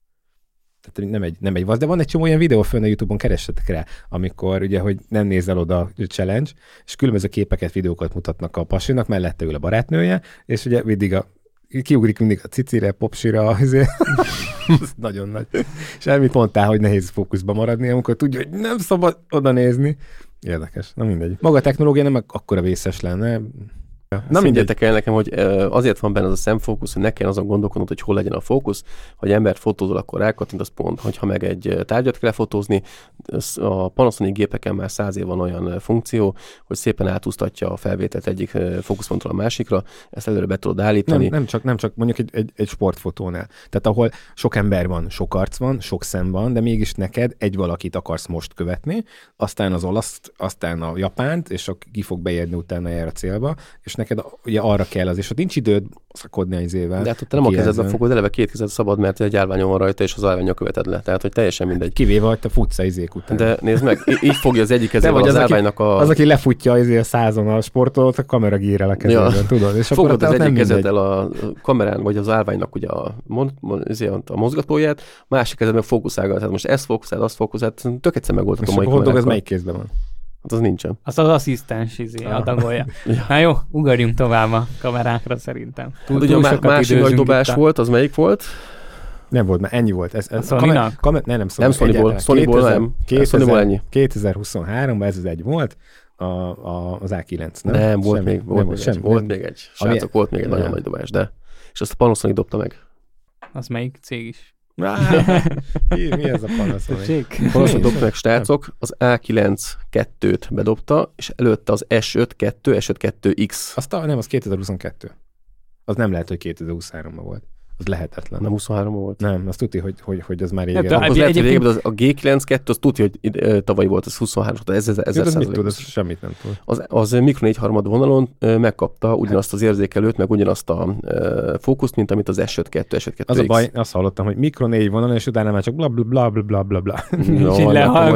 Tehát nem egy vasz, de van egy csomó olyan videó fönn a YouTube-on, keressetek rá, amikor ugye, hogy nem nézel oda challenge, és különböző képeket, videókat mutatnak a pasinak, mellette ül a barátnője, és ugye kiugrik mindig a cicire, popsira, azért. Ez nagyon nagy. És elmit mondtál, hogy nehéz fókuszba maradni, amikor tudja, hogy nem szabad oda nézni. Érdekes, na mindegy. Maga a technológia nem akkora vészes lenne. Na mindjárt el nekem, hogy azért van benne az a szemfókusz, hogy ne kell azon gondolkodnod, hogy hol legyen a fókusz, hogy embert fotózol, akkor rákattint, az pont, hogyha meg egy tárgyat kell fotózni, a Panasonic gépeken már 100 év van olyan funkció, hogy szépen átúsztatja a felvételt egyik fókuszpontról a másikra, ezt előre be tudod állítani. Nem csak mondjuk egy sportfotónál. Tehát ahol sok ember van, sok arc van, sok szem van, de mégis neked egy valakit akarsz most követni, aztán az olaszt, aztán a japánt, és ki fog beérni utána erre a célba, és neked ugye arra kell az, és ott nincs időd szakodni az évvel. De hát ott nem a kezedbe fogod, eleve két kezed szabad, mert egy állványon van rajta, és az állványa követed le. Tehát, hogy teljesen mindegy. Kivéve, hogy te futsz az izék után. De nézd meg, így fogja az egyik kezével az állványnak Az, aki lefutja az 100-on a sportolót, a kamera gírel a kezében, tudod? És fogod az egyik kezeddel a kamerán, vagy az állványnak ugye a mozgatóját, másik kezed meg fókuszálgat. Tehát most ezt fókuszál, azt fókuszál, tök egyszer megoldható mai kamerákkal. Ez melyik kézben van? Hát az nincsen. Az asszisztens adagolja. Na jó, ugorjunk tovább a kamerákra szerintem. Ugye a másik nagy dobás volt, az melyik volt? Nem volt, már ennyi volt. A Sony-nak? Nem Sony-ból. Sony-ból nem. Sony-ból ennyi. 2023-ban ez az egy volt, az A9, nem? Nem, volt még egy. Srácok, volt még egy nagyon nagy dobás, de... És azt a Panasonic dobta meg. Az melyik cég is? Mi ez a Panasonic? Panasonic dobta meg, srácok, az A9 2-t bedobta, és előtte az S5 2X. Nem, az 2022. Az nem lehet, hogy 2023-ban volt. Az lehetetlen. Nem 23 volt? Nem, azt tudja, hogy az már régen. Az lehet, hogy régen, a G9-2, az tudja, hogy tavaly volt, az 23, ez 1000%. Mit tud, semmit nem tud. Az Micro 4 harmad vonalon megkapta ugyanazt az érzékelőt, meg ugyanazt a fókuszt, mint amit az S5 S5 Az a baj, azt hallottam, hogy Micro 4 vonalon, és utána már csak bla bla bla bla bla bla. Jó,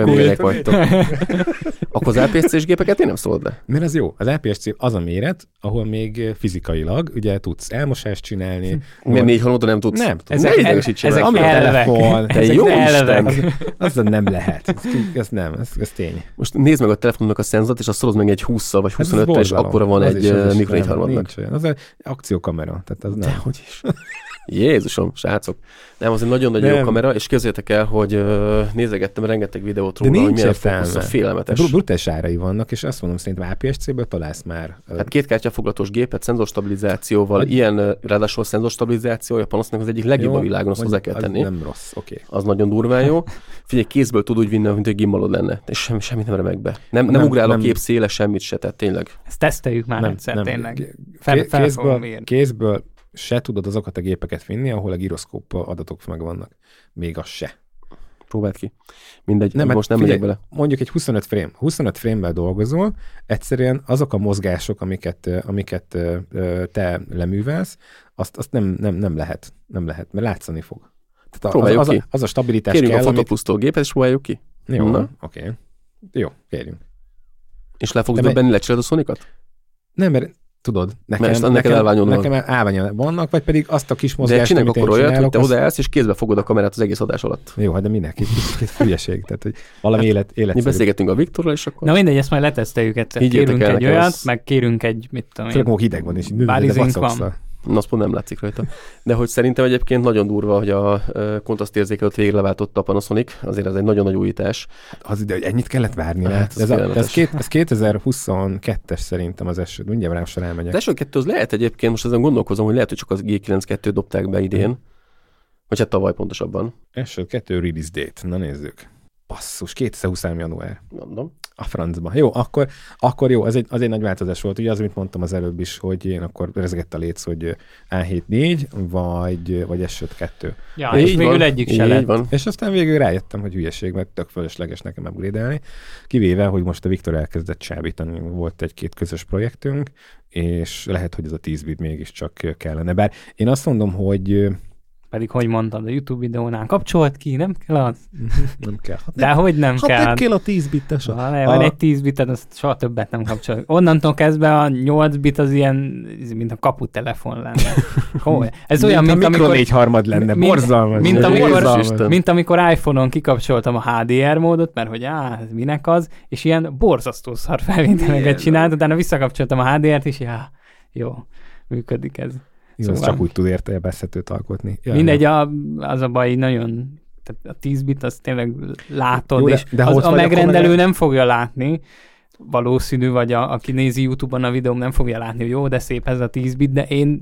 akkor az APS-C-s gépeket én nem szólod le. Mert az jó. Az APS-C az a méret, ahol még fizikailag ugye tudsz elmosást csinálni. Miért 4 harmadon nem tudsz? Nem tudsz. Ezek ami a telefon. Te jó Isten! Az nem lehet. Ez tény. Most nézd meg a telefonnak a szenzort, és azt szorozd meg egy 20-szal vagy 25-tel, és akkora van egy Micro 4 harmadnak. Az egy akciókamera. Tehát az nem. Dehogy is. Jézusom, srácok. Nem, az egy nagyon-nagyon jó kamera, és képzeljétek el, hogy nézegettem rengeteg videót róla, hogy milyen fókusz, félelmetes. Brutális árai vannak, és azt mondom, szerintem APS-C-ből találsz már. Hát 2 kártyafoglatos gépet szenzorstabilizációval, ilyen ráadásul szenzorstabilizációja, Panasonic az egyik legjobb a világon, azt hozzá kell tenni. Nem rossz, oké. Az nagyon durván jó. Figyelj, kézből tud úgy vinni, mint egy gimbalod lenne, és semmit nem remek be. Nem ugrál a kép széle, semmit se, tehát tényleg. Ezt teszteljük már egyszer, tényleg. Kézből se tudod azokat a gépeket vinni, ahol a giroszkóp adatok meg vannak. Még az se. Próbáld ki. Mindegy, most nem megyek bele. Mondjuk egy 25 frame. 25 frame-vel dolgozol, egyszerűen azok a mozgások, amiket te leművelsz, azt nem lehet. Nem lehet, mert látszani fog. Tehát az a stabilitás kérjünk kell. Kérjünk a fotopusztól gépet, és próbáljuk ki. Jó, oké. Jó, kérjünk. És le fogsz dobni, lecseréled a Sonic-at? Nem, mert tudod, nekem állványok vannak, vagy pedig azt a kis mozgást, de csináljuk akkor olyat, hogy te odaállsz, és kézbe fogod a kamerát az egész adás alatt. Jó, hát de mindenki, kis hülyeség, tehát hogy valami életszerű. Mi beszélgetünk a Viktorral, és akkor... Na mindegy, ezt majd leteszteljük egyszer. Kérünk egy olyat, meg kérünk egy, mit tudom én. Főleg hideg van, és bárizink van. Na, azt pont nem látszik rajta. De hogy szerintem egyébként nagyon durva, hogy a kontrasztérzékelőt végre leváltotta a Panasonic, azért ez egy nagyon nagy újítás. Az ide, hogy ennyit kellett várni. Hát, ez 2022-es szerintem az eső. Mindjárt rám elmegyek. Az S2 az lehet egyébként, most ezen gondolkozom, hogy lehet, hogy csak az G92 dobták be idén. Vagy hát tavaly pontosabban. S2 release date. Na nézzük. Basszus, 2023. január. Mondom. A francba. Jó, akkor jó, az egy nagy változás volt. Ugye az, amit mondtam az előbb is, hogy én akkor rezgett a léc, hogy A7-4, vagy S5-2. Ja, és végül egyik se lett. Van. És aztán végül rájöttem, hogy hülyeség, mert tök fölösleges nekem upgrade-elni. Kivéve, hogy most a Viktor elkezdett csábítani. Volt egy-két közös projektünk, és lehet, hogy ez a 10 bit mégiscsak kellene. Bár én azt mondom, hogy pedig, hogy mondtad, a YouTube videónál kapcsolt ki, nem kell az? Nem kell. De hogy nem kell? Nem kell a 10 bites. Van egy 10 bitet, azt soha többet nem kapcsol. Onnantól kezdve a 8 bit az ilyen, mint a kaputelefon lenne. Ez olyan, mint amikor 4 harmad lenne, borzalmas. Mint amikor iPhone-on kikapcsoltam a HDR módot, mert hogy ez minek az, és ilyen borzasztó szar felvételeket csinált, utána visszakapcsoltam a HDR-t, és jó, működik ez. Szóval csak úgy tud értelmezhetőt alkotni. Mindegy, az a baj, nagyon, tehát a 10 bit az tényleg látod, jó, és de a megrendelő nem fogja látni, valószínű, vagy aki nézi YouTube-on a videóm nem fogja látni, hogy jó, de szép ez a 10 bit, de én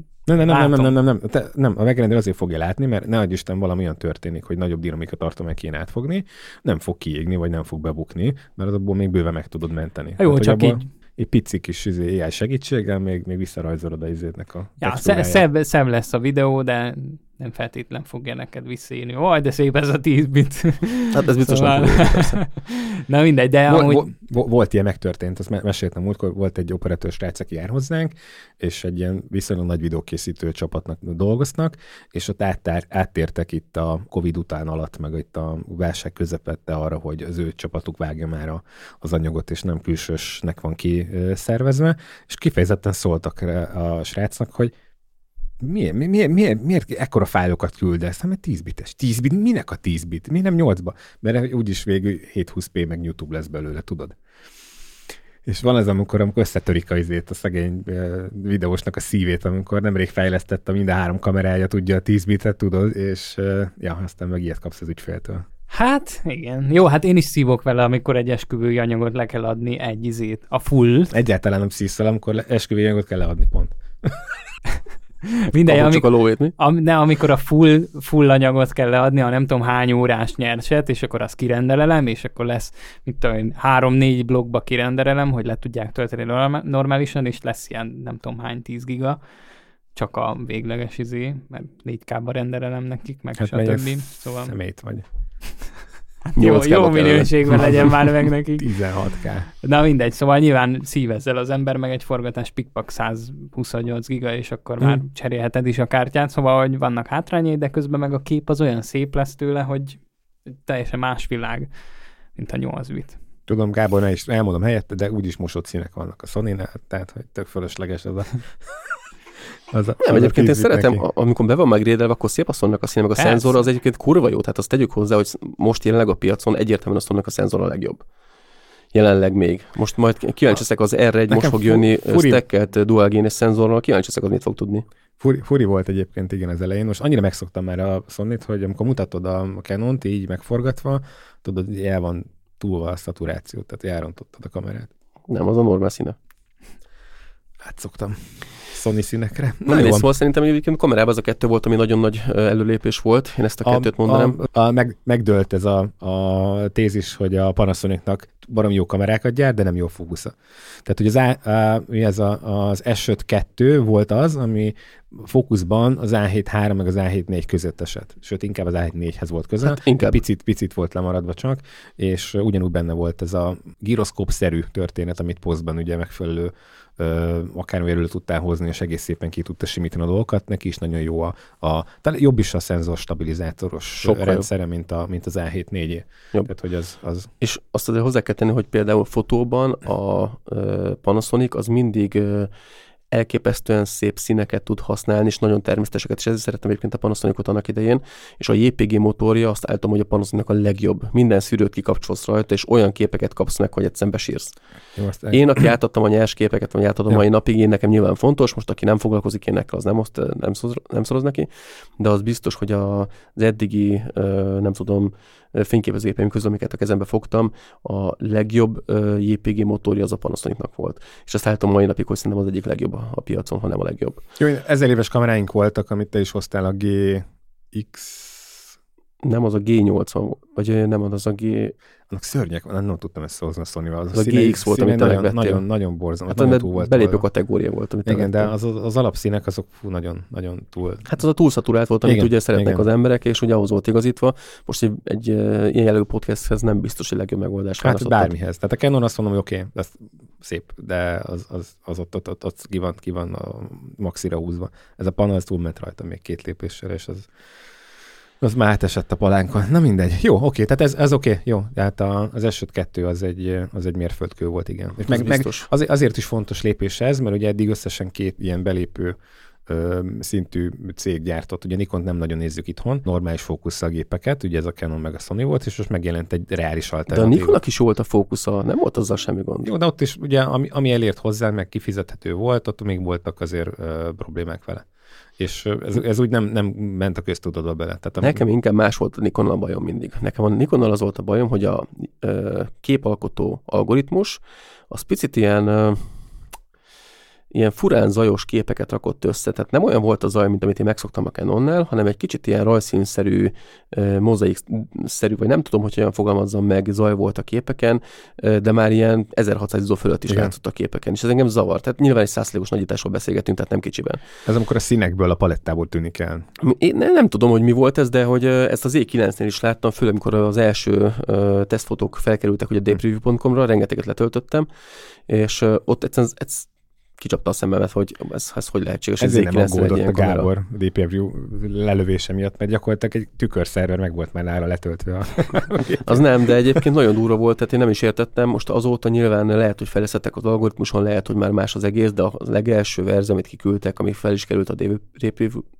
Nem, a megrendelő azért fogja látni, mert ne adj Isten, valami olyan történik, hogy nagyobb dinamika tartomány kéne átfogni, nem fog kiégni, vagy nem fog bebukni, mert abból még bőven meg tudod menteni. Jó, hát, csak így egy pici kis AI segítséggel még visszarajzolod a izétnek a szebb lesz a videó, de nem feltétlen fogja neked visszaírni. Vaj, de szép ez a 10 bit. Hát ez biztos nem fogja. Na mindegy, de volt ilyen, megtörtént, azt meséltem múltkor, volt egy operatőr srác, aki jár hozzánk, és egy ilyen viszonylag nagy videókészítő csapatnak dolgoznak, és ott áttértek itt a Covid után alatt, meg itt a válság közepette arra, hogy az ő csapatuk vágja már az anyagot, és nem külsősnek van kiszervezve, és kifejezetten szóltak a srácnak, hogy miért ekkora fájlokat küldesz? Hát 10 bites. 10 bit? Minek a 10 bit? Mi nem 8-ba? Mert úgyis végül 720p meg YouTube lesz belőle, tudod? És van az, amikor összetörik a szegény videósnak a szívét, amikor nemrég fejlesztette minden 3 kamerája, tudja a 10 bitet, tudod, és aztán meg ilyet kapsz az ügyféltől. Hát, igen. Jó, hát én is szívok vele, amikor egy esküvői anyagot le kell adni, a full. Egyáltalán nem szívsz vele, amikor esküvői anyagot kell leadni, pont. Mindegy, csak a lóvét, mi? Amikor a full anyagot kell leadni, a nem tudom hány órás nyerset, és akkor azt kirendelem, és akkor lesz, 3-4 blokkba kirendelem, hogy le tudják tölteni normálisan, és lesz ilyen nem tudom hány 10 giga, csak a végleges mert 4K-ba rendelem nekik, meg hát stb. Szóval... szemét vagy. Jó minőségben legyen már meg nekik. 16K. Na mindegy, szóval nyilván szív ezzel az ember, meg egy forgatás pikpak 128 giga, és akkor már cserélheted is a kártyát, szóval hogy vannak hátrányai, de közben meg a kép az olyan szép lesz tőle, hogy teljesen más világ, mint a 8 bit. Tudom, Gábor, ne is elmondom helyette, de úgyis mosott színek vannak a Sony-nál, tehát hogy tök fölösleges az a nem, egyébként én szeretem, amikor be van megrédelve, akkor szép a Sony-nak a színe, meg a szenzor az egyébként kurva jó, tehát azt tegyük hozzá, hogy most jelenleg a piacon egyértelműen a Sony-nak a szenzor a legjobb. Jelenleg még. Most majd kíváncsi leszek az R1, most fog jönni stackelt dual gain-es szenzorral, kíváncsi leszek, az mit fog tudni. Furi volt egyébként igen az elején. Most annyira megszoktam már a Sony-t, hogy amikor mutatod a Canont így megforgatva, tudod, hogy el van túlva a szaturációt, tehát elrontottad a kamerát. Nem, az a normál színe. Átszoktam Sony színekre. Na, szóval szerintem egyébként kamerában az a 2 volt, ami nagyon nagy előlépés volt. Én ezt a 2-t mondanám. Megdőlt ez a tézis, hogy a Panasonicnak baromi jó kamerákat gyárt, de nem jó fókusza. Tehát, hogy az S5-2 volt az, ami fókuszban az A7-3 meg az A7-4 között esett. Sőt, inkább az A7-4-hez volt közel. Hát picit volt lemaradva csak, és ugyanúgy benne volt ez a gyroszkóp-szerű történet, amit posztban ugye megfelelő akármiről tudtál hozni, és egész szépen ki tudta simítani a dolgokat. Neki is nagyon jó talán jobb is a szenzor stabilizátoros rendszere, mint az A7-4-é. Tehát, hogy az... És azt azért hozzá kell tenni, hogy például fotóban a Panasonic az mindig elképesztően szép színeket tud használni, és nagyon természeteseket, és ezért szerettem egyébként a Panasonicot annak idején, és a JPG motorja, azt állítom, hogy a Panasonicnak a legjobb. Minden szűrőt kikapcsolsz rajta, és olyan képeket kapsz meg, hogy egyszerűen besírsz. Én, aki átadtam a nyers képeket, vagy átadom mai napig, én nekem nyilván fontos, most aki nem foglalkozik énekkel, az nem szoroz neki, de az biztos, hogy az eddigi, nem tudom, fényképezőgépeim közül, amiket a kezembe fogtam, a legjobb JPG motorja az a Panasonicnak volt. És azt állítom mai napig, hogy szerintem az egyik legjobb a piacon, ha nem a legjobb. Jó, 1000 éves kameráink voltak, amit te is hoztál, a GX... Nem, az a G80, vagy nem, az a G... Annak szörnyek, nem tudtam összehozni a Sony-val. Az a GX volt, amit te megvettél. Nagyon borzalmas. Hát nagyon belépő kategória volt, amit igen, de az alapszínek azok nagyon túl... Hát az a túlszaturált volt, amit ugye szeretnek az emberek, és ugye ahhoz volt igazítva. Most egy ilyen jellegű podcasthez nem biztos, hogy legjobb megoldás. Hát bármihez. Tehát a Canon azt mondom, hogy oké, ez szép, de az ott ki van a maxira húzva. Ez a panel túlment rajta még 2 lépéssel, és az már átesett a palánkon. Na mindegy. Jó, oké, tehát ez oké, jó. Tehát az S5-2 az egy mérföldkő volt, igen. És meg azért is fontos lépés ez, mert ugye eddig összesen 2 ilyen belépő szintű cég gyártott. Ugye Nikont nem nagyon nézzük itthon, normális fókusszal gépeket, ugye ez a Canon meg a Sony volt, és most megjelent egy reális alternatíva. De a Nikonnak is volt a fókusza, nem volt azzal semmi gond. Jó, de ott is ugye, ami elért hozzá, meg kifizethető volt, ott még voltak azért problémák vele. És ez úgy nem ment a köztudatba bele. Tehát nekem inkább más volt a Nikonnal a bajom mindig. Nekem a Nikonnal az volt a bajom, hogy a képalkotó algoritmus az picit ilyen furán zajos képeket rakott össze. Tehát nem olyan volt a zaj, mint amit én megszoktam a Canonnál, hanem egy kicsit ilyen rajzszínszerű, mozaikszerű, vagy nem tudom, hogy olyan fogalmazzam meg, zaj volt a képeken, de már ilyen 1600 ISO fölött is látszott a képeken. És ez engem zavar. Tehát nyilván egy 100%-os nagyításról beszélgetünk, tehát nem kicsiben. Ez amikor a színekből, a palettából tűnik el. Én nem tudom, hogy mi volt ez, de hogy ezt az E9-nél is láttam, főleg amikor az első tesztfotók felkerültek, hogy a dpreview.com-ra, rengeteget letöltöttem, és ott egyszerűen kicsapta a szememet, hogy ez hogy lehetséges. Ezért nem aggódott a Gábor a DPReview lelövése miatt, mert gyakorlatilag egy tükörszerver meg volt már nála letöltve. Az nem, de egyébként nagyon durva volt, tehát én nem is értettem. Most azóta nyilván lehet, hogy fejlesztettek az algoritmuson, lehet, hogy már más az egész, de a legelső verzió, amit kiküldtek, ami fel is került a DPReview,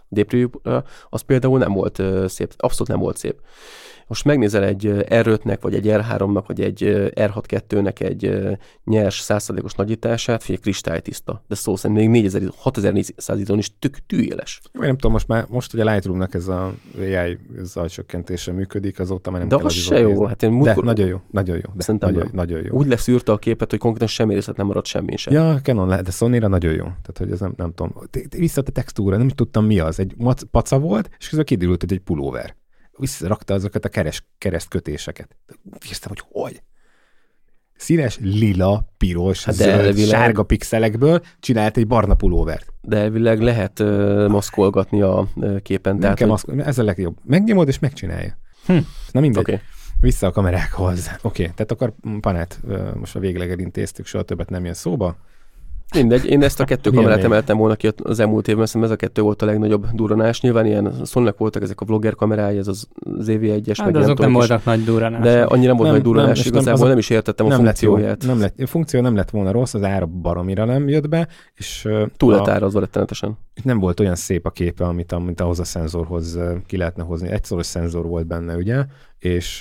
deep review-ra, az például nem volt szép, abszolút nem volt szép. Most megnézel egy R5-nek, vagy egy R3-nak, vagy egy R6-2-nek egy nyers 100%-os nagyítását, figyelj, kristálytiszta. De szó szerint még 6400 idón is tűéles. Én nem tudom, most hogy a Lightroom-nak ez a AI zajcsökkentése működik, azóta már nem de kell az se jó. Hát én de nagyon jó. De nagyon jó. Úgy leszűrte a képet, hogy konkrétan semmi részlet nem maradt semmi sem. Ja, Canon lehet, de Sony-ra nagyon jó. Tehát, hogy ez nem tudom. Vissza a textúra, nem is tudtam mi az. Egy paca volt, és közben kiderült, hogy egy pulóver. Visszarakta azokat a keresztkötéseket. Néztem, hogy színes, lila, piros, zöld, sárga pixelekből csinált egy barna pulóvert. De elvileg lehet maszkolgatni a képen. Nem kell ez a legjobb. Megnyomod és megcsinálja. Na mindegy. Okay. Vissza a kamerákhoz. Oké, tehát akkor Panát most a végleg elintéztük, soha többet nem jön szóba. Mindegy, én ezt a 2 kamerát emeltem volna ki az elmúlt évben, szerintem ez a 2 volt a legnagyobb durranás. Nyilván ilyen Sony-nak voltak ezek a vlogger kamerái, ez az EV1-es, meg azok nem voltak nagy durranás. De annyira nem volt nagy durranás, igazából nem is értettem a funkcióját. A funkció nem lett volna rossz, az ára baromira nem jött be, és túl lett árazva rettenetesen. Nem volt olyan szép a képe, amit ahhoz a szenzorhoz ki lehetne hozni. Egyszoros szenzor volt benne, ugye? És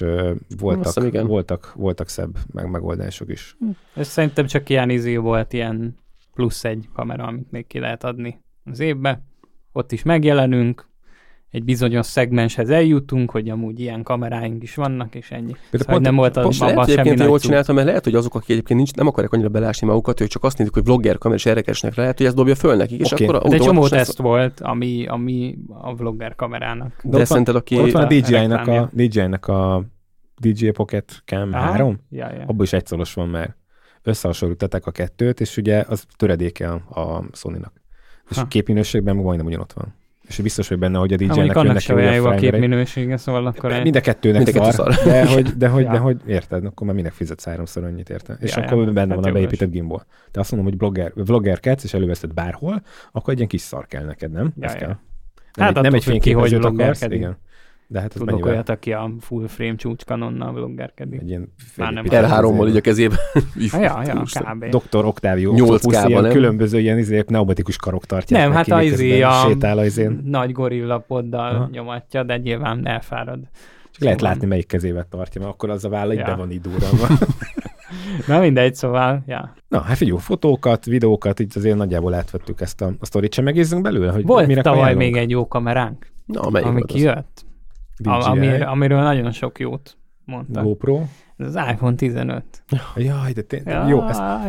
voltak szebb megoldások is. Ez szerintem csak ilyen izé volt, ilyen plusz egy kamera, amit még ki lehet adni az évbe. Ott is megjelenünk, egy bizonyos szegmenshez eljutunk, hogy amúgy ilyen kameráink is vannak, és ennyi. Szóval nem volt az abban semmi nagy jól csináltam, mert lehet, hogy azok, akik egyébként nem akarják annyira belásni magukat, ők csak azt nézik, hogy vlogger kamera, és erre keresnek rá, lehet, hogy ezt dobja föl nekik. És akkor de csomó teszt volt, ami a vlogger kamerának. De szerinted, aki... Ott van a DJI-nak a DJI Pocket Cam 3, abban is egyszoros van már. Összehasonlították a 2-t, és ugye az töredéke a Sony-nak. És a képminőségben majdnem ugyanott van. És biztos, hogy benne, hogy a DJI-nek jönnek ki a képminősége, szóval akkor... Mind a kettőnek szar. De hogy érted, akkor már minek fizetsz 3-szor annyit, érted? És akkor benne van a beépített gimbal. Te azt mondom, hogy vloggerkedsz, és előveszed bárhol, akkor egy ilyen kis szar kell neked, nem? Ez kell. Nem egy fényképezőt akarsz, igen. De hát tudok olyat, aki a full frame csúcs Canonnal vloggerkedik. Egy ilyen R3-mal így a kezében. kb. Dr. Octavio 8K-ban, különböző ilyen pneumatikus karok tartják. Nem, hát a nagy gorilla poddal nyomatja, de nyilván elfárad. Csak lehet látni, melyik kezével tartja, mert akkor az a válla így be van idúrva. Na mindegy, szóval, Na, hát figyelj, fotókat, videókat, így azért nagyjából átvettük ezt a sztorit, sem megézzünk belőle, hogy volt mire tavaly még egy jó kameránk, ami kijött. Amiről nagyon sok jót mondtak. GoPro. Ez az iPhone 15. Jaj, de jó.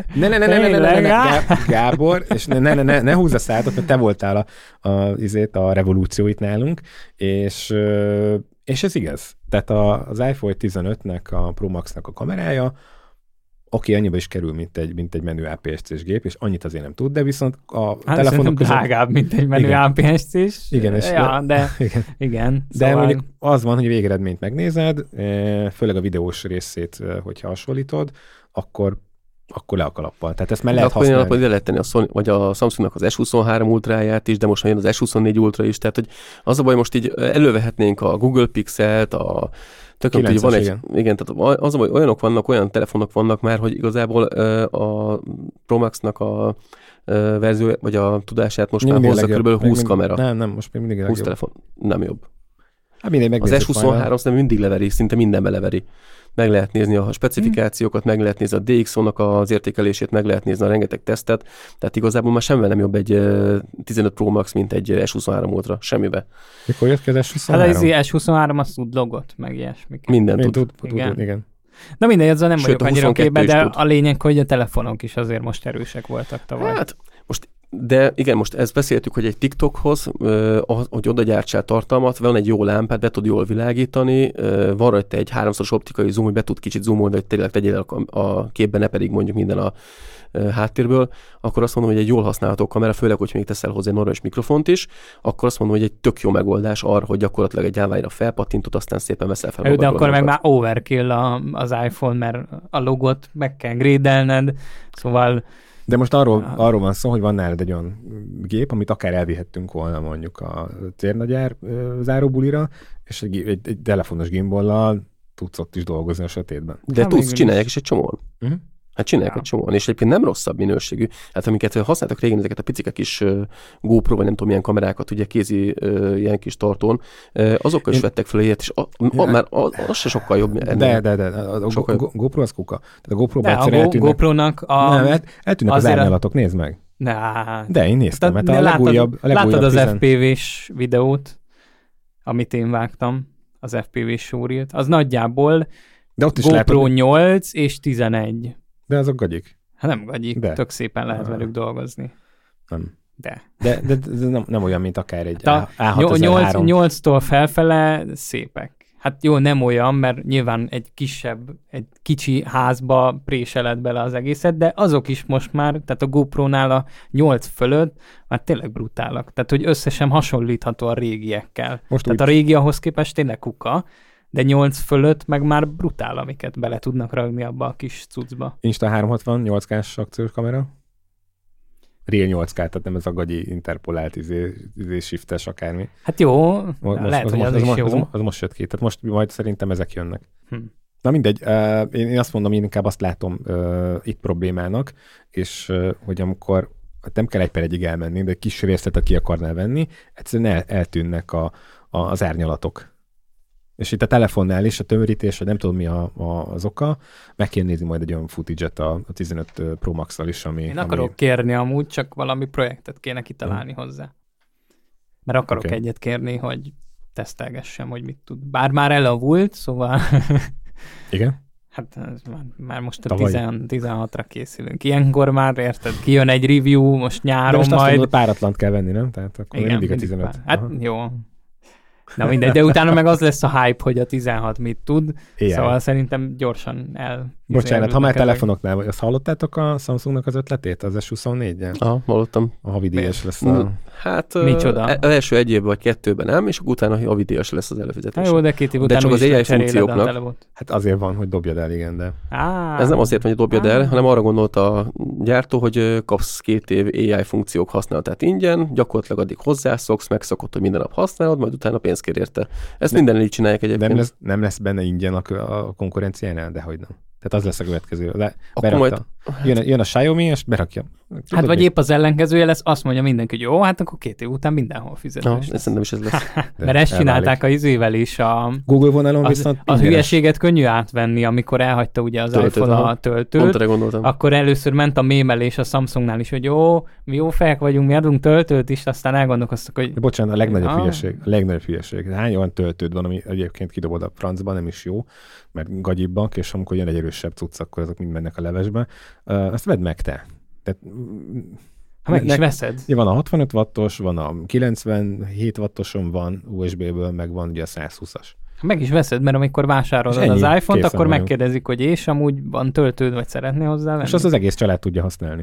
Ne, Gábor, és ne húzz a szádat, mert te voltál a revolúció itt nálunk, és ez igaz. Tehát az iPhone 15-nek, a Pro Max-nak a kamerája, annyiba is kerül, mint egy menü APS-C-s gép, és annyit azért nem tud, de viszont a telefonok között... drágább, mint egy menü APS-C-s. Igen, és igen. De szóval... mondjuk az van, hogy a végeredményt megnézed, főleg a videós részét, hogyha hasonlítod, akkor le a kalappal. Tehát ezt már lehet használni. Akkor ide lehet tenni vagy a Samsungnak az S23 Ultráját is, de most jön az S24 Ultra is, tehát hogy az a baj, most így elővehetnénk a Google Pixelt, tökéletes, van igen, tehát az a baj, olyan telefonok vannak már, hogy igazából a Pro Max-nak a verzió, vagy a tudását most már hozza kb. 20 kamera. Nem, most még mindig 20 telefon, nem jobb. Hát az S23 nem mindig leveri, szinte mindenbe leveri. Meg lehet nézni a specifikációkat, meg lehet nézni a DxO-nak az értékelését, meg lehet nézni a rengeteg tesztet, tehát igazából már semmivel nem jobb egy 15 Pro Max, mint egy S23 Ultra, semmibe. Mikor jött ki az S23? Hát az S23 az tud logot, meg ilyesmik. Mindent tud. Igen. Na mindegy, ezzel nem vagyok annyira képben, de a lényeg, hogy a telefonok is azért most erősek voltak tavaly. Hát, most ezt beszéltük, hogy egy TikTokhoz, hogy oda gyártsál tartalmat, van egy jó lámpát, be tud jól világítani, van rajta egy 3-szoros optikai zoom, hogy be tud kicsit zoomolni, hogy tényleg tegyél el a képben, ne pedig mondjuk minden a háttérből, akkor azt mondom, hogy egy jól használható kamera, főleg, hogy még teszel hozzá egy normális mikrofont is, akkor azt mondom, hogy egy tök jó megoldás arra, hogy gyakorlatilag egy állványra felpattintott, aztán szépen veszel fel. De akkor meg már overkill az iPhone, mert a logot meg kell grédelned, szóval... De most arról van szó, hogy van nálad egy olyan gép, amit akár elvihettünk volna mondjuk a térnagyár záróbulira, és egy telefonos gimballal tudsz ott is dolgozni a sötétben. De tudsz, csinálják is egy csomóan. Hát csinálják egy csomóan, és egyébként nem rosszabb minőségű. Hát amiket használtak régen, ezeket a picike kis GoPro, vagy nem tudom milyen kamerákat, ugye kézi ilyen kis tartón, azokkal is vettek fel ilyet, és már az se sokkal jobb. De. A GoPro az kuka. Tehát a GoPro-ban egyszerűen eltűnnek. GoPro-nak nem, eltűnnek az árnyalatok, nézd meg. De én néztem, mert a legújabb láttad az FPV-s videót, amit én vágtam, az FPV-s showreelt, az nagyjából de ott is GoPro lehet, 8 és 11. De azok gagyik. Hát nem gagyik, tök szépen lehet velük dolgozni. Nem. De nem olyan, mint akár egy A6 8-tól felfele szépek. Hát jó, nem olyan, mert nyilván egy kicsi házba préseled bele az egészet, de azok is most már, tehát a GoPro-nál a 8 fölött már tényleg brutálak. Tehát, hogy összesen hasonlítható a régiekkel. Tehát a régi ahhoz képest tényleg kuka, de 8 fölött meg már brutál, amiket bele tudnak ragni abba a kis cuccba. Insta 360 8K-s akciós kamera? Real 8K, tehát nem ez a gagyi interpolált shiftes akármi. Hát jó, lehet, hogy az is jó. Az most jött ki, tehát most majd szerintem ezek jönnek. Na mindegy, én azt mondom, én inkább azt látom itt problémának, és hogy amikor nem kell 1/1 elmenni, de egy kis részletet ki akarnál venni, egyszerűen eltűnnek az árnyalatok. És itt a telefonnál is a tömörítés, nem tudom mi az oka, meg kell nézni majd egy olyan footage-et a 15 Pro Max-al is, ami... Én akarok kérni amúgy, csak valami projektet kéne kitalálni hozzá. Mert akarok egyet kérni, hogy tesztelgessem, hogy mit tud. Bár már elavult, szóval... Igen? Hát már most a 16-ra készülünk. Ilyenkor már, érted, kijön egy review, most nyáron de most majd... azt mondod, páratlant kell venni, nem? Tehát akkor igen, mindig a 15. Hát jó. Na mindegy, de utána meg az lesz a hype, hogy a 16 mit tud. AI. Szóval szerintem gyorsan Bocsánat, ha már telefonoknál vagy, azt hallottátok a Samsungnak az ötletét, az S24-en? Hallottam. A havidíjas lesz a... Hát micsoda? Az első 1 évben vagy 2-ben nem, és utána a havidíjas lesz az előfizetés. Jó, de 2 év után csak az AI funkcióknak. Hát azért van, hogy dobjad el, igen, de... Ez nem azért van, hogy dobjad el, hanem arra gondolt a gyártó, hogy kapsz 2 év AI funkciók használatát ingyen, gyakorlatilag addig hozzászoksz, megszokod, hogy minden nap használod, majd utána pénzt kér érte. Ezt minden így csinálják egyébként. Nem lesz benne ingyen a konkurenciánál, de hogy nem. Tehát az lesz a következő. Jön a Xiaomi, és berakja. Hát vagy épp az ellenkezője lesz, azt mondja mindenki, hogy jó, hát akkor 2 év után mindenhol fizetős. Szerintem is ez lesz. Mert ezt csinálták a izével is. Google vonalon viszont a hülyeséget könnyű átvenni, amikor elhagyta ugye az iPhone a töltőt. Akkor először ment a mémelés a Samsungnál is, hogy mi jó fejek vagyunk, mi adunk töltőt is, aztán elgondolkoztak, hogy... De bocsánat, a legnagyobb hülyeség. Hány olyan töltőd van, ami egyébként kidobod a francba, nem is jó, mert gagyibbak, és amikor jön egy erősebb cucc, akkor azok mind mennek a levesbe. Azt vedd meg te. Tehát, ha meg is veszed. Van a 65 wattos, van a 97 wattoson van USB-ből, meg van ugye a 120-as. Meg is veszed, mert amikor vásárolod az iPhone-t, akkor megkérdezik, hogy és amúgy van töltőd, vagy szeretnél hozzá venni. És azt az egész család tudja használni.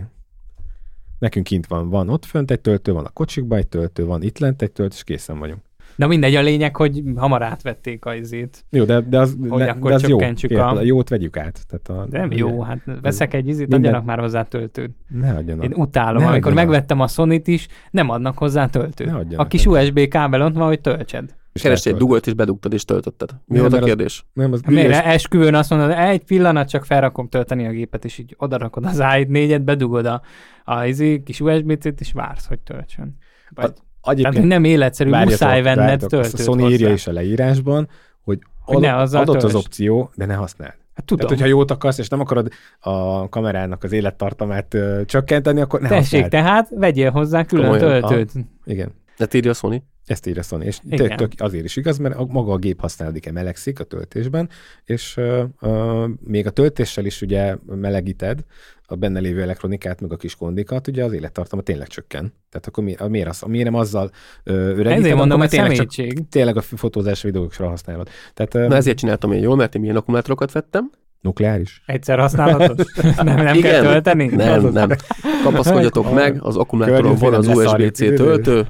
Nekünk kint van ott fönt egy töltő, van a kocsikban egy töltő, van itt lent egy töltő, és készen vagyunk. Na mindegy, a lényeg, hogy hamar átvették a izét. Jó, de az jó. A jót vegyük át. Tehát nem jó, hát veszek egy izét, adjanak már hozzá töltőt. Ne adjanak. Én utálom, amikor megvettem a Sony-t is, nem adnak hozzá töltőt. A kis USB kábel ott van, hogy töltsed. Kerestél egy dugolt, és bedugtad, és töltötted. Mi volt a kérdés? Miért esküvőn azt mondod, egy pillanat, csak felrakom tölteni a gépet, és így odarakod az i4-et, bedugod a kis USB-t, és vársz, hogy töltsön. Tehát nem életszerű, muszáj venned töltőt. A Sony írja is a leírásban, hogy adott az opció, de ne használd. Hát tudom. Tehát, hogyha jót akarsz, és nem akarod a kamerának az élettartamát csökkenteni, akkor ne használd. Tessék, tehát vegyél hozzá külön töltőt. Igen. De írja a Sony? Ezt írja Sony, és tök azért is igaz, mert maga a gép használódik, melegszik a töltésben, és még a töltéssel is ugye melegíted a benne lévő elektronikát, meg a kis kondikat, ugye az élettartama tényleg csökken. Tehát akkor miért nem azzal öregíted? Ezért mondom, hogy személyiség. Tényleg a fotózás videókra használod. Tehát, na ezért csináltam én jól, mert én milyen akkumulátorokat vettem. Nukleáris? Egyszer használatos? nem kell tölteni? Nem. Kapaszkodjatok meg, az akkumulátoron van az USB-C töltő.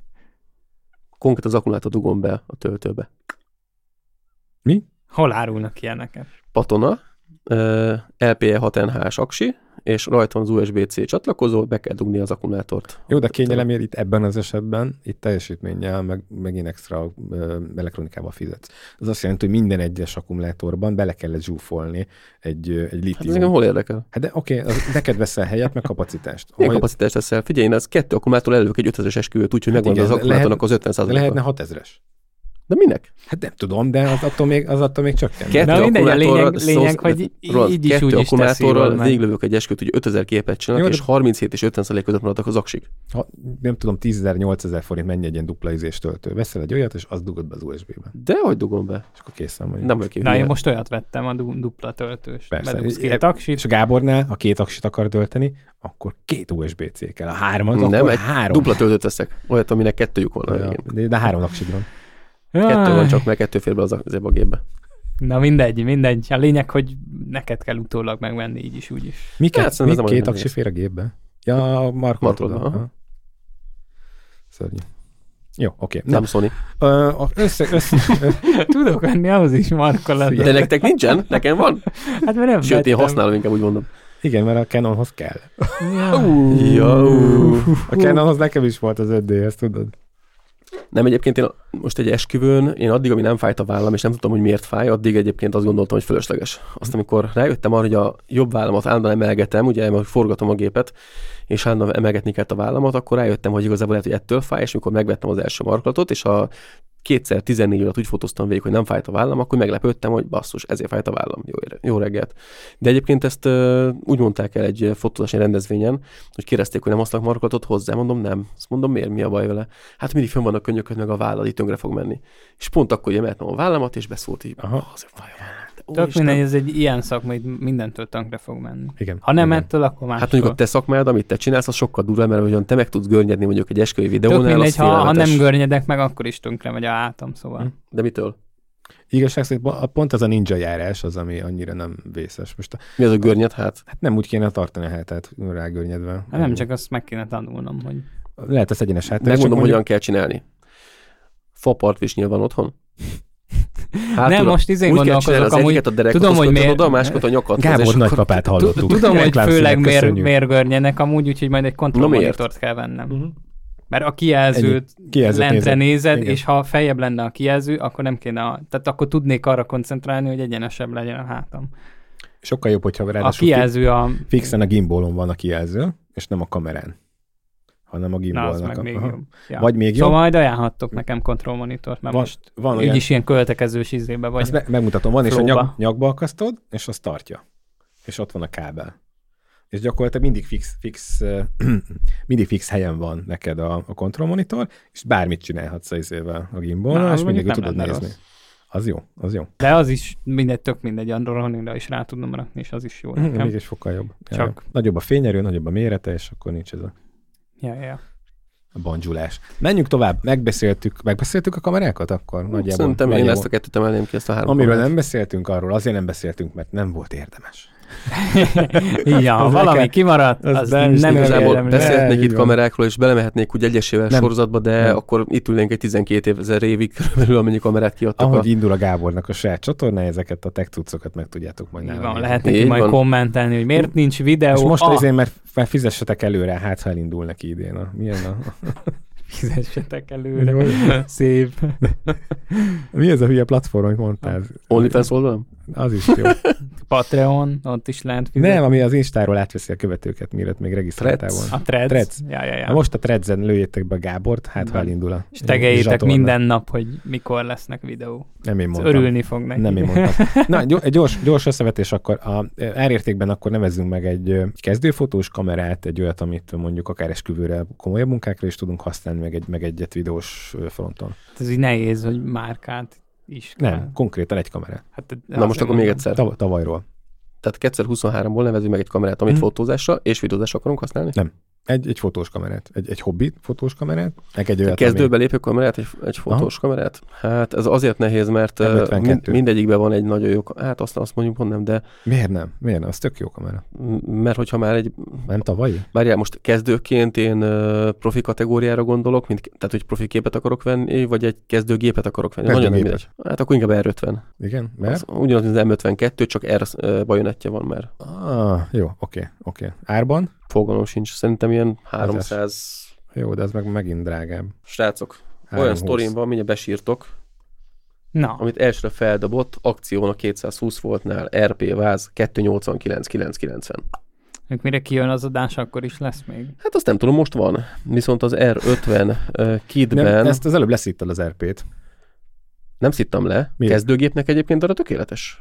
Konkrét az akkumulátor dugom be a töltőbe. Mi? Hol árulnak ilyeneket? Patona, LPE 6NH-s aksi, és rajta van az USB-C csatlakozó, be kell dugni az akkumulátort. Jó, de kényelemért itt ebben az esetben, itt teljesítménnyel, megint extra elektronikával fizetsz. Az azt jelenti, hogy minden egyes akkumulátorban bele kellett zsúfolni egy lítium. Hát ez engem hol érdekel? Hát de oké, neked veszel helyet, meg kapacitást. Milyen kapacitást teszel? Figyelj, én az 2 akkumulátor elők egy 5000-es esküvőt, úgyhogy megvan az akkumulátornak az 50%-a. Lehetne 6000-es. De minek? Hát nem tudom, de az attól még csökken. Na mindegy, a lényeg, hogy így is úgy is teszi akkumulátorral végiglövök egy esküvőt, hogy 5000 képet csinálnak, és 37 és 50% között maradtak az aksik. Nem tudom, 10.000-8.000 forint mennyi egy ilyen dupla izés töltő. Veszel egy olyat, és azt dugod be az USB-be. De hogy dugom be? És akkor készen vagy. Nem vagyok. Na, én most olyat vettem, a dupla töltős. Persze. Két aksit. És a Gábornál, ha 2 aksit akar tölteni, akkor 2 USB-C kell. A 3-at, nem, akkor egy 3. dupla töltőt veszek. Olyat, aminek 2 van. Ja, de 3 aksid van. 2 van csak, mert 2 fér be azért a gépbe. Na mindegy. A lényeg, hogy neked kell utólag megvenni így is, úgy is. Mi 2 aksi fér a gépbe? Ja, a Markotban. Szörnyű. Jó, oké. Nem Sony. Tudok venni ahhoz is markolatot. De nektek nincsen? Nekem van? Hát mert nem sőt, én használom, inkább úgy mondom. Igen, mert a Canonhoz kell. A Canonhoz nekem is volt az 5D, ezt tudod. Nem, egyébként én most egy esküvőn, én addig, ami nem fájt a vállam, és nem tudtam, hogy miért fáj, addig egyébként azt gondoltam, hogy fölösleges. Azt, amikor rájöttem arra, hogy a jobb vállamat állandóan emelgetem, ugye forgatom a gépet, és állandóan emelgetni kellett a vállamat, akkor rájöttem, hogy igazából lehet, hogy ettől fáj, és amikor megvettem az első markolatot, és a 2x14 órát úgy fotóztam végig, hogy nem fájt a vállam, akkor meglepődtem, hogy basszus, ezért fájt a vállam. Jó reggelt. De egyébként ezt úgy mondták el egy fotózási rendezvényen, hogy kérdezték, hogy nem hoztak markolatot hozzá, mondom nem. Azt mondom, miért, mi a baj vele? Hát mindig fönn vannak könyököd, meg a vállad, itt tönkre fog menni. És pont akkor emeltem a vállamat, és beszólt így, azért fáj a vállam. Tök mindegy, ez egy ilyen szakma, hogy mindentől tönkre fog menni. Igen. Ha nem ettől, akkor máshol. Hát mondjuk a te szakmád, amit te csinálsz, az sokkal durvább, mert hogyan te meg tudsz görnyedni mondjuk egy esküvői videónál. Tök mindegy, ha nem görnyedek meg, akkor is tönkre megy a hátam, szóval. De mitől? Igazság szerint pont az a ninja járás az, ami annyira nem vészes. Most mi az a görnyed hát? Hát nem úgy kéne tartani a hátát rágörnyedve. Hát nem, csak azt meg kéne tanulnom, hogy... Lehet az egyenes hátát. Megmondom, hogyan kell csinálni. Fapartvisnyil van otthon? Hát nem, most gondolkozok, amúgy tudom, hogy miért... A másikat a nyakat. Gábor nagypapát hallottuk. Tudom, hogy főleg miért görnyenek amúgy, úgyhogy majd egy kontrollmonitort kell vennem. Mert a kijelzőt lentre nézed, és ha feljebb lenne a kijelző, akkor nem kéne, tehát akkor tudnék arra koncentrálni, hogy egyenesebb legyen a hátam. Sokkal jobb, hogyha ráadásul fixen a gimbalon van a kijelző, és nem a kamerán, hanem a gimbalnak. Még jobb. Ja. Vagy még jobb. Szóval majd ajánlhattok nekem kontrollmonitort, mert most így is ilyen költekezős izébe vagy. Azt megmutatom, van, és a nyakba akasztod, és az tartja. És ott van a kábel. És gyakorlatilag mindig fix helyen van neked a kontrollmonitor, és bármit csinálhatsz a gimballal, és mindig tudod nézni. Az jó. De az is tök mindegy, Androidra is rá tudnom rakni, és az is jó nekem. Mégis sokkal jobb. Csak... Nagyobb a fényerő, nagyobb a mérete, és akkor nincs ez a... Ja. A bandzsulás. Menjünk tovább. Megbeszéltük a kamerákat akkor? Nagyjából. Szerintem én ezt a kettőt emelném ki, ezt a 3 Amiről nem beszéltünk, arról azért nem beszéltünk, mert nem volt érdemes. Ja, ha valami kimaradt, az nem igazából beszélhetnék itt kamerákról, és belemehetnék úgy egyesével sorozatba, de akkor itt ülnénk egy 12 évig körülbelül, amennyi kamerát kiadtak. Ahogy indul a Gábornak a saját csatornája, ezeket a tech cuccokat meg tudjátok majd nálam. Lehet neki majd kommentelni, hogy miért nincs videó. És most azért, mert fizessetek előre, hát ha elindul neki idén. Milyen fizessetek előre. Szép. Mi ez a hülye platform, amit mondtál? OnlyFans oldalon? Az is jó. Patreon, ott is lehet fizetni. Nem, ami az Instáról átveszi a követőket, mielőtt még regisztráltál volna. A Threads. Ja. Most a Threadsen lőjétek be Gábort, hát ha elindul a és tegeljétek minden nap, hogy mikor lesznek videó. Nem én mondtam. Örülni fog neki. Nem én mondtam. Na, egy gyors összevetés akkor. Árértékben akkor nevezzünk meg egy kezdőfotós kamerát, egy olyat, amit mondjuk akár esküvőre, komolyabb munkákra is tudunk használni, meg egyet videós fronton. Ez így nehéz, hogy márkát is kell. Nem, konkrétan egy kamerát. Hát, na most akkor még egyszer. Tavalyról. Tehát 2023-ból nevezünk meg egy kamerát, amit fotózásra és videózásra akarunk használni? Nem. Egy fotós kamerát, egy hobbi fotós kamerát, meg egy olyat, Kezdőbe lépő kamerát, egy fotós kamerát? Hát ez azért nehéz, mert mindegyikben van egy nagyon jó, hát azt mondjuk pont nem, de... Miért nem? Az tök jó kamera. Mert hogyha már egy... Nem tavalyi? Várjál, most kezdőként én profi kategóriára gondolok, tehát hogy profi képet akarok venni, vagy egy kezdőgépet akarok venni. Nagyon nem mindegy. Hát akkor inkább R50. Igen, mert? Ugyanaz, mint az M52, csak R bajonettje van már. Jó, oké. Árban? Fogalmam sincs. Szerintem ilyen 300... Jó, de ez meg megint drágább. Srácok, olyan sztorim van, mindjárt besírtok, amit elsőre feldobott, akción a 220 voltnál, RP váz 289-990. Mire kijön az adás, akkor is lesz még? Hát azt nem tudom, most van. Viszont az R50 kitben... Nem, ezt az előbb leszitted az RP-t. Nem szittam le. Miért? Kezdőgépnek egyébként arra tökéletes.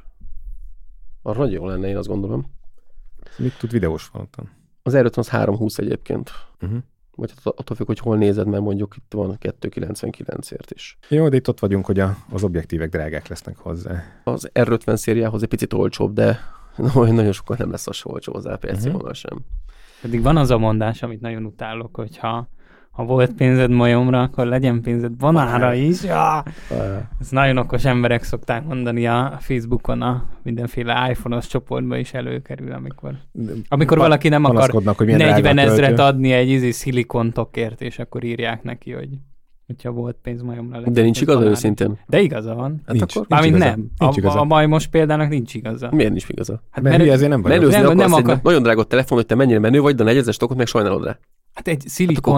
Arra nagyon jó lenne, én azt gondolom. Mit tud videós fonton? Az R50 az 320 egyébként. Uh-huh. Vagy attól függ, hogy hol nézed, mert mondjuk itt van 299-ért is. Jó, de itt ott vagyunk, hogy az objektívek drágák lesznek hozzá. Az R50 szériához egy picit olcsóbb, de nagyon sokkal nem lesz az olcsó az APS-C vonal sem. Pedig van az a mondás, amit nagyon utálok, hogy ha volt pénzed majomra, akkor legyen pénzed banára is. Ja! Ez nagyon okos emberek szokták mondani a Facebookon, a mindenféle iPhone-os csoportban is előkerül, amikor valaki nem akar 40 000 adni egy szilikontokért, és akkor írják neki, hogyha volt pénz majomra. De nincs igaza őszintén. De igaza van. Hát nincs, akkor nincs igaza. Nem. A majmos példának nincs igaza. Miért nincs igaza? Hát mert ezért nem vagyok. Menőzni akarsz egy nagyon drága telefon, hogy te mennyire menő vagy, de a 4000-es tokot meg sajnálod rá. Hát egy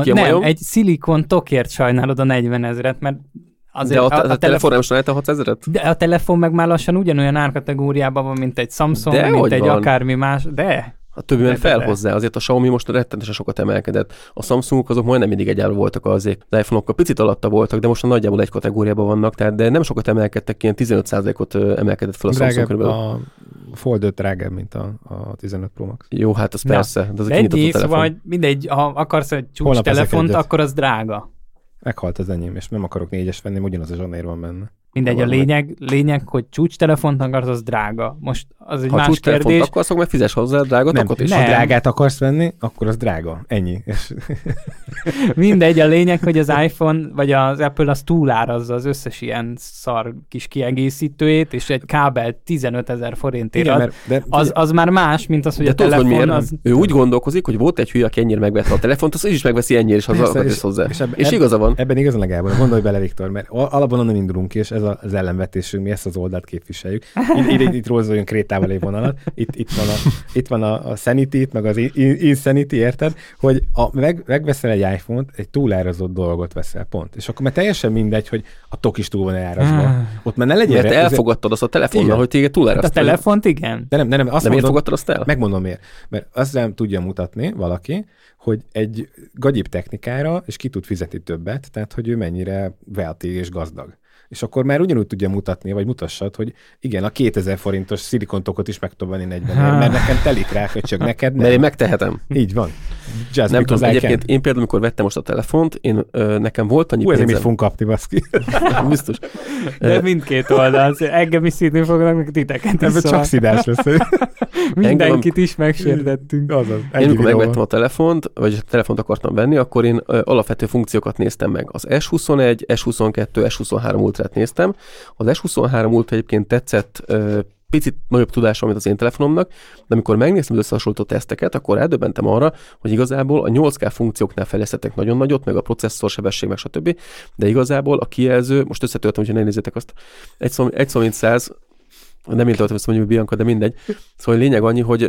szilikon tokért sajnálod a 40 000-et, mert azért de a telefon nem sajnálta a 600 000-et? De a telefon meg már lassan ugyanolyan árkategóriában van, mint egy Samsung, de mint egy van? Akármi más, de... A többi ment fel hozzá, azért a Xiaomi most rettenetesen sokat emelkedett. A Samsungok azok majdnem mindig egyára voltak az iPhone-okkal, picit alatta voltak, de most nagyjából egy kategóriában vannak, tehát de nem sokat emelkedtek, ilyen 15%-ot emelkedett fel a Samsung körülbelül. A Fold 5 drágább, mint a 15 Pro Max. Jó, hát az persze, de az egy vagy mindegy, ha akarsz egy csúcs telefont, akkor az drága. Meghalt az enyém, és nem akarok 4-es venni, ugyanaz a zsonér van benne. Mindegy, a lényeg, hogy csúcstelefont akarsz, az drága. Most az egy más kérdés. Ha akarsz, meg fizes hozzá drága tokot is. Ha drágát akarsz venni, akkor az drága. Ennyi. Mindegy, a lényeg, hogy az iPhone vagy az Apple az túlárazza az összes ilyen szar kis kiegészítőjét, és egy kábel 15 000 forintért ad. Az már más, mint az, hogy de a telefon az... Ő úgy gondolkozik, hogy volt egy hülye, aki ennyire megvette a telefont, az is megveszi ennyire, és az hozzá. És igaza van. Ebben igazán legalább. Gondolj bele, Viktor, mert alapban onnan indulunk ki, és ez az ellenvetésünk, mi ezt az oldalt képviseljük. Itt rózoljunk Krétával egy vonalat, itt van a Sanity, meg az Insanity, érted? Hogy megveszel egy iPhone-t, egy túlárazott dolgot veszel, pont. És akkor már teljesen mindegy, hogy a tok is túl van árazva. Ott már ne legyen... Mert elfogadtad azt a telefonnal, hogy téged túlárasztad. A telefont igen. De nem, azt miért fogadtad azt el? Megmondom miért. Mert azt nem tudja mutatni valaki, hogy egy gagyibb technikára, és ki tud fizetni többet, tehát hogy ő mennyire wealthy és gazdag. És akkor már ugyanúgy tudja mutatni, vagy mutassad, hogy igen, a 2000 forintos szilikontokot is meg tudom venni 40 mert nekem telik rá, köcsög, neked nem. Mert én megtehetem. Így van. Just nem tudom, egyébként én például, amikor vettem most a telefont, nekem volt annyi pénzem. Mit fogunk kapni, baszki? Biztos. De mindkét oldal. Engem is szítni fognak, meg titeket is. Ebben csak szidás lesz. Mindenkit is megsértettünk. Azaz. Én amikor megvettem a telefont, vagy a telefont akartam venni, akkor én alapvető funkciókat néztem meg. Az S21, S22, S23 Ultrát néztem. Az S23 Ultra egyébként tetszett, picit nagyobb tudásom, mint az én telefonomnak, de amikor megnéztem az összehasonlító teszteket, akkor rádöbbentem arra, hogy igazából a 8K funkcióknál fejlesztettek nagyon nagyot, meg a processzor sebesség, meg stb. De igazából a kijelző, most összetöltem, hogyha ne nézzétek azt, egy szó mint 100, nem írtam azt mondjuk Bianca, de mindegy. Szóval lényeg annyi, hogy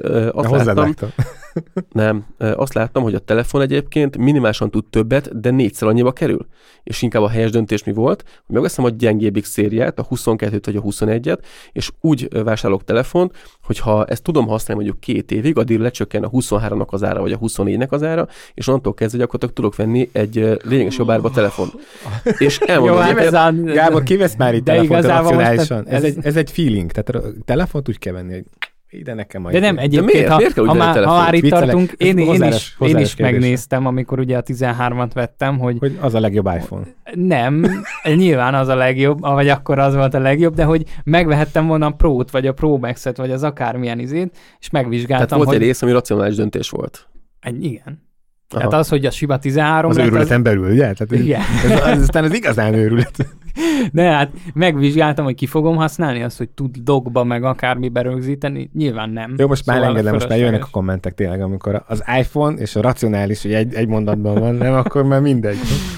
azt láttam, hogy a telefon egyébként minimálisan tud többet, de 4-szer annyiba kerül. És inkább a helyes döntés mi volt, hogy megveszem a gyengébbik szériát, a 22-t vagy a 21-et, és úgy vásárolok telefont, hogy ha ezt tudom használni mondjuk 2 évig, addig lecsökken a 23-nak az ára, vagy a 24-nek az ára, és onnantól kezdve gyakorlatilag tudok venni egy lényeges jobb árba telefon. És elmondom, Gábor, kivesz már itt telefont racionálisan. Ez egy feeling, tehát a telefont úgy kell venni, hogy ide nekem de nem, egyébként, ha már itt tartunk, én is megnéztem, amikor ugye a 13-at vettem, hogy az a legjobb iPhone. Nem, nyilván az a legjobb, vagy akkor az volt a legjobb, de hogy megvehettem volna a Pro-t, vagy a Pro Max-et, vagy az akármilyen izét, és megvizsgáltam, tehát volt egy rész, ami racionális döntés volt. Igen. Tehát az, hogy a Shiba 13 az lett, őrületen belül, ugye? Tehát igen. aztán az igazán őrület. De hát megvizsgáltam, hogy ki fogom használni, azt, hogy tud dogba meg akármibe rögzíteni, nyilván nem. Jó, most már engedem, most már jönnek a fölösleges. kommentek tényleg, amikor az iPhone és a racionális, hogy egy mondatban van, nem, akkor már mindegy.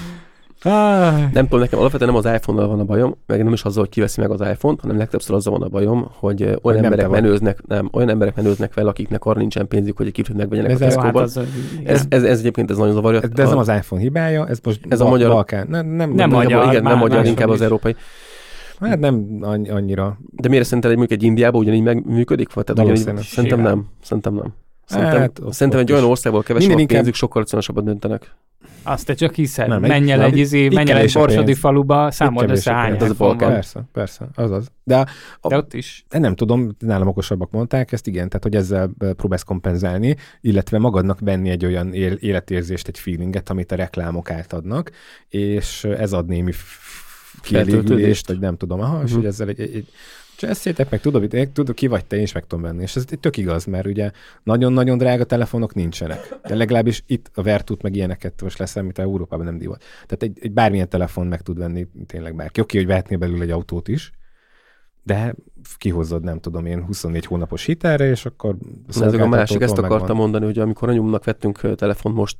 Nem tudom, nekem alapvetően nem az iPhone-nal van a bajom, meg nem is azzal, hogy kiveszi meg az iPhone-t, hanem legtöbbször azzal van a bajom, hogy olyan emberek menőznek vele, akiknek arra nincsen pénzük, hogy egy kiflit megvegyenek a Tesco-ban. Ez egyébként ez nagyon zavarja. De ez nem az iPhone hibája, ez most ez a magyar Balkán. Nem magyar, igen, nem magyar, inkább is. az európai. Hát nem annyira. De miért szerinted egy Indiában ugyanígy megműködik? Valószínűleg. Szerintem nem. Szerintem Hát, egy olyan országból kevesebb a inkább- pénzük, sokkal racionálisabban döntenek. Azt te csak hiszed. Nem, Menj el egy borsodi pénz. faluba, számold kevés össze a hány pénz. Ez a iPhone Balkán. van. Persze, azaz. De De ott is. nem tudom, nálam okosabbak mondták ezt, igen, tehát hogy ezzel próbálsz kompenzálni, illetve magadnak venni egy olyan életérzést, egy feelinget, amit a reklámok átadnak, és ez ad némi kielégülést, vagy nem tudom, és hogy ezzel egy cseszétek meg, tudod, ki vagy te, én is meg tudom venni. És ez tök igaz, mert ugye nagyon-nagyon drága telefonok nincsenek. De legalábbis itt a Vertut meg ilyeneket most lesz, amit Európában nem divat. Tehát egy bármilyen telefon meg tud venni tényleg bárki. Oké, hogy vehetnél belül egy autót is, de kihozzad, nem tudom én, 24 hónapos hitelre, és akkor... Ez a másik, ezt akartam mondani, hogy amikor anyumnak vettünk telefont most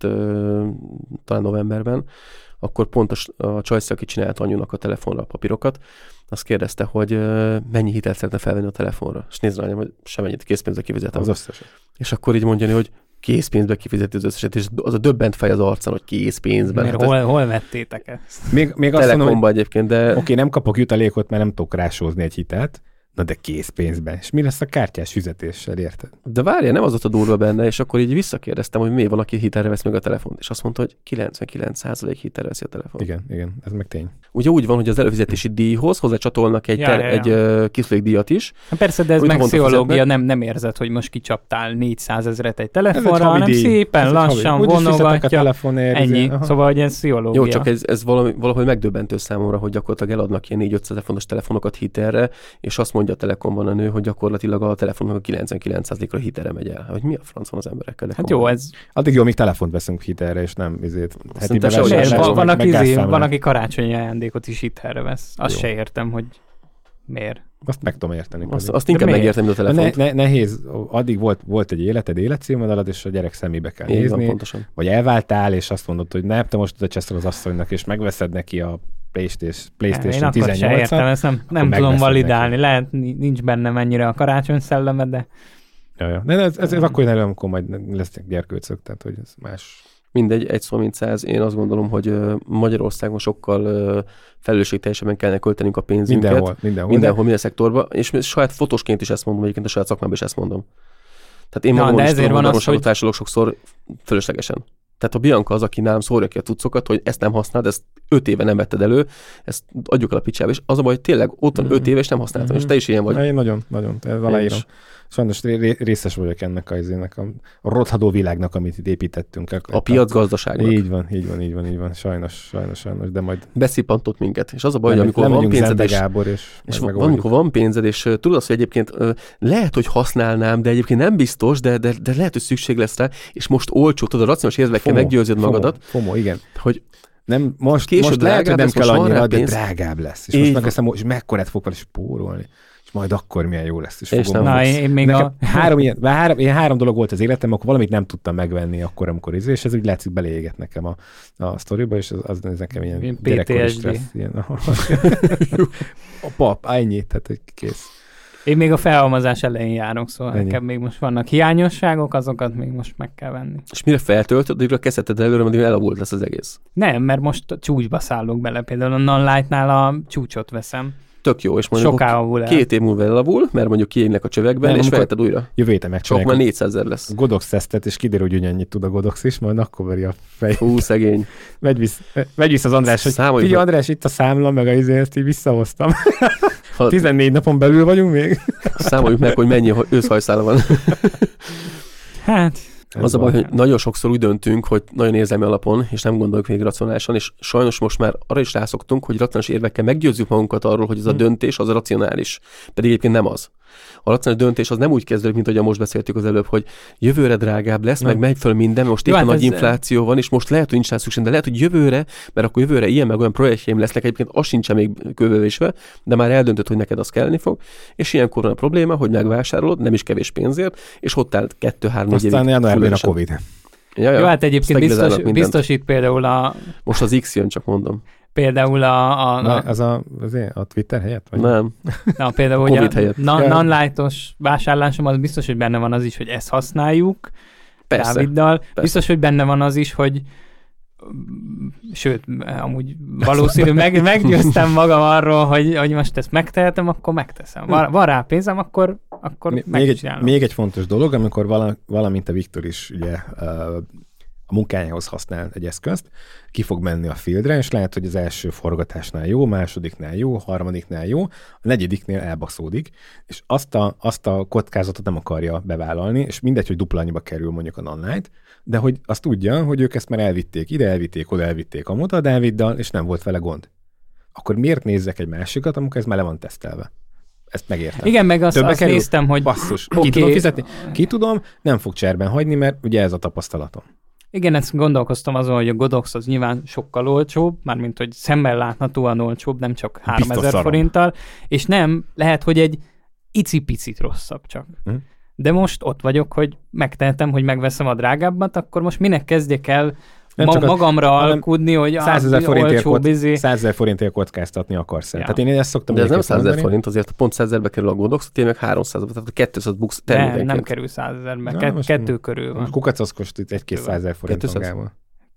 talán novemberben, akkor pont a Csajci, aki csinálta anyunak a telefonra a papírokat, azt kérdezte, hogy mennyi hitelt szeretne felvenni a telefonra. És nézd rá, hogy semennyit készpénzbe kifizetem. Az összeset. És akkor így mondjani, hogy készpénzbe kifizeti az összeset, és az a döbbent fej az arcán, hogy készpénzben. Mert hol vettétek ezt? Még azt mondom, Telekomba egyébként, de... Oké, nem kapok jutalékot, mert nem tudok rásózni egy hitelt, na de készpénzben. És mi lesz a kártyás fizetéssel, érted? De várja, nem az ott a durva benne, és akkor így visszakérdeztem, hogy mi van, aki hitelre vesz meg a telefont, és azt mondta, hogy 99% hitelre veszi a telefont. Igen, ez meg tény. Ugye úgy van, hogy az előfizetési díjhoz hozzácsatolnak egy készülékdíjat is. Persze, de ez Úgy meg havonta pszichológia, fizetnek. nem érzed, hogy most kicsaptál 400 000 egy Ez egy telefonra, havi hanem díj. szépen Ez egy havi. lassan Úgyis fizetek a vonogatja. telefonért. Ennyi. Aha. Szóval, hogy ez pszichológia. Jó, csak ez valahogy megdöbbentő számomra, hogy gyakorlatilag eladnak ilyen 4-500 fontos telefonokat hitelre, és azt mondja a Telekomban a nő, hogy gyakorlatilag a telefonnak a 99%-ra hitelre megy el. Hogy mi a franc van az emberekkel? De Hát jó, ez... Addig jó, míg telefont veszünk hitelre, és nem heti Szerintem bevásárlás, sehogy Miért? nem. meg gázszámlán. Van, aki karácsonyi ajándékot is hitelre vesz. Azt Jó. se értem, hogy miért. Azt meg tudom érteni. azt inkább miért? megértem, mint a telefont. Nehéz, addig volt egy életszínvonalad, és a gyerek szemébe kell Így van, nézni, pontosan. vagy elváltál, és azt mondod, hogy nem, te most oda csesztel az asszonynak, és megveszed neki a PlayStation Én akkor se 18-at. értem, ezt nem tudom megveszed validálni. neki. Lehet, nincs bennem ennyire a karácsony szelleme, de Ja. De ez akkor jön elő, amikor majd lesznek gyerkőcök, tehát hogy ez más. Mindegy, egy szó mint 100. Én azt gondolom, hogy Magyarországon sokkal felelősségteljesebben kellene költenünk a pénzünket. Mindenhol. Minden szektorban. És saját fotósként is ezt mondom, egyébként a saját szakmában is ezt mondom. Tehát én Na, magam de is ezért tudom, van az, hogy- társadalok sokszor fölöslegesen. Tehát a Bianca az, aki nálam szórja ki a cuccokat, hogy ezt nem használod, ezt 5 éve nem vetted elő, ezt adjuk el a picsába, és az a baj, hogy tényleg ott van 5 éve, és nem használtam, és te is ilyen vagy. Én nagyon, aláírom. És Sajnos részes vagyok ennek a rothadó világnak, amit itt építettünk. a piacgazdaságnak. Így van. Sajnos, de majd Beszippantott minket. És az a baj, hogy amikor van lemegyünk pénzed, Zembe és Gábor, és van, megoldjuk. amikor van pénzed, és tudod azt, hogy egyébként lehet, hogy használnám, de egyébként nem biztos, de lehet, hogy szükség lesz rá, és most olcsó, tudod, a racionális érzekkel meggyőzöd magadat, FOMO, igen. hogy Nem, most Később lehet, hogy drágább nem lesz, kell most van annyira, rá de pénz. drágább lesz. És Így most van. megkezdem, és mekkorát fogok vele spórolni. És majd akkor milyen jó lesz. És És fogom nem magam. Na, én még Nekem három dolog volt az életem, akkor valamit nem tudtam megvenni akkor, amikor és ez úgy látszik beleéget nekem a sztoriba, és az nekem ilyen Ilyen gyerekkori PTSD. stressz. Ilyen, a pap, ennyi, tehát hogy kész. én még a felhalmozás elején járok, szóval Ennyi. nekem még most vannak hiányosságok, azokat még most meg kell venni. és mire feltöltöd, addigra kezdheted előre, mert elavult lesz az egész. Nem, mert most a csúcsba szállok bele, például a Non-Light-nál a csúcsot veszem. Tök jó, és mondjuk Soká avul el. 2 év múlva elavul, mert mondjuk kiégnek a csövekben, Nem, és amikor- veheted újra. Jövő héten Csak megcsináljuk már a 400 000 lesz. Godox tesztet, és kiderül, hogy ennyit tud a Godox is, majd akkor veri a fej. Hú, szegény. Megy vissza az András, hogy Számoljuk figyelj meg. András, itt a számla, meg a ezt így visszahoztam. Ha 14 napon belül vagyunk még? számoljuk meg, hogy mennyi őszhajszála van. Hát, Az a baj, hogy nagyon sokszor úgy döntünk, hogy nagyon érzelmi alapon, és nem gondoljuk végig racionálisan, és sajnos most már arra is rászoktunk, hogy racionális érvekkel meggyőzzük magunkat arról, hogy ez a döntés az a racionális. Pedig egyébként nem az. A racionális döntés az nem úgy kezdődik, mint ahogy most beszéltük az előbb, hogy jövőre drágább lesz, meg megy föl minden, most éppen nagy infláció van, és most lehet, hogy nincs rá szükség, de lehet, hogy jövőre, mert akkor jövőre ilyen meg olyan projektjeim lesznek, egyébként az sincsen még kövövésve, de már eldöntött, hogy neked az kelleni fog, és ilyenkor van a probléma, hogy megvásárolod, nem is kevés pénzért, és ott állt 2-3-4 évig. Aztán januárban a Covid. Ja. Jó, hát egyébként biztosít például most az X jön, csak mondom. Például a Twitter helyett? Vagy? Nem. Például, hogy a non-lightos vásárlásom, az biztos, hogy benne van az is, hogy ezt használjuk Dáviddal. Persze. Biztos, hogy benne van az is, hogy sőt, amúgy valószínű meggyőztem magam arról, hogy most ezt megtehetem, akkor megteszem. Van rá pénzem, akkor megcsinálom. Még egy fontos dolog, amikor valamint a Viktor is ugye a munkájához használ egy eszközt, ki fog menni a fieldre, és lehet, hogy az első forgatásnál jó, másodiknál jó, harmadiknál jó, a negyediknél elbaszódik, és azt a kockázatot nem akarja bevállalni, és mindegy, hogy dupla annyiba kerül mondjuk a non-light, de hogy azt tudja, hogy ők ezt már elvitték, ide elvitték, oda elvitték a Dáviddal, és nem volt vele gond. Akkor miért nézzek egy másikat, amikor ez már le van tesztelve? Ezt megértem. Igen, meg azt néztem, hogy basszus, ki tudom fizetni? Ki tudom, nem fog cserben hagyni, mert ugye ez a tapasztalatom. Igen, ezt gondolkoztam azon, hogy a Godox az nyilván sokkal olcsóbb, mármint, hogy szemmel láthatóan olcsóbb, nem csak 3000 forinttal, és nem, lehet, hogy egy icipicit rosszabb csak. De most ott vagyok, hogy megtehetem, hogy megveszem a drágábbat, akkor most minek kezdjek el magamra alkudni, hogy 100 000 forintért kockáztatni akarsz. Ja. Tehát én ezt szoktam. De ez nem 100 000 forint, azért pont 100 000-be kerül a Godox, én meg 300-ba, tehát a 200 bucks termékenként. Nem kerül 100 000-be, kettő körül van. Kukacos kost itt 1-200 000 forint magával.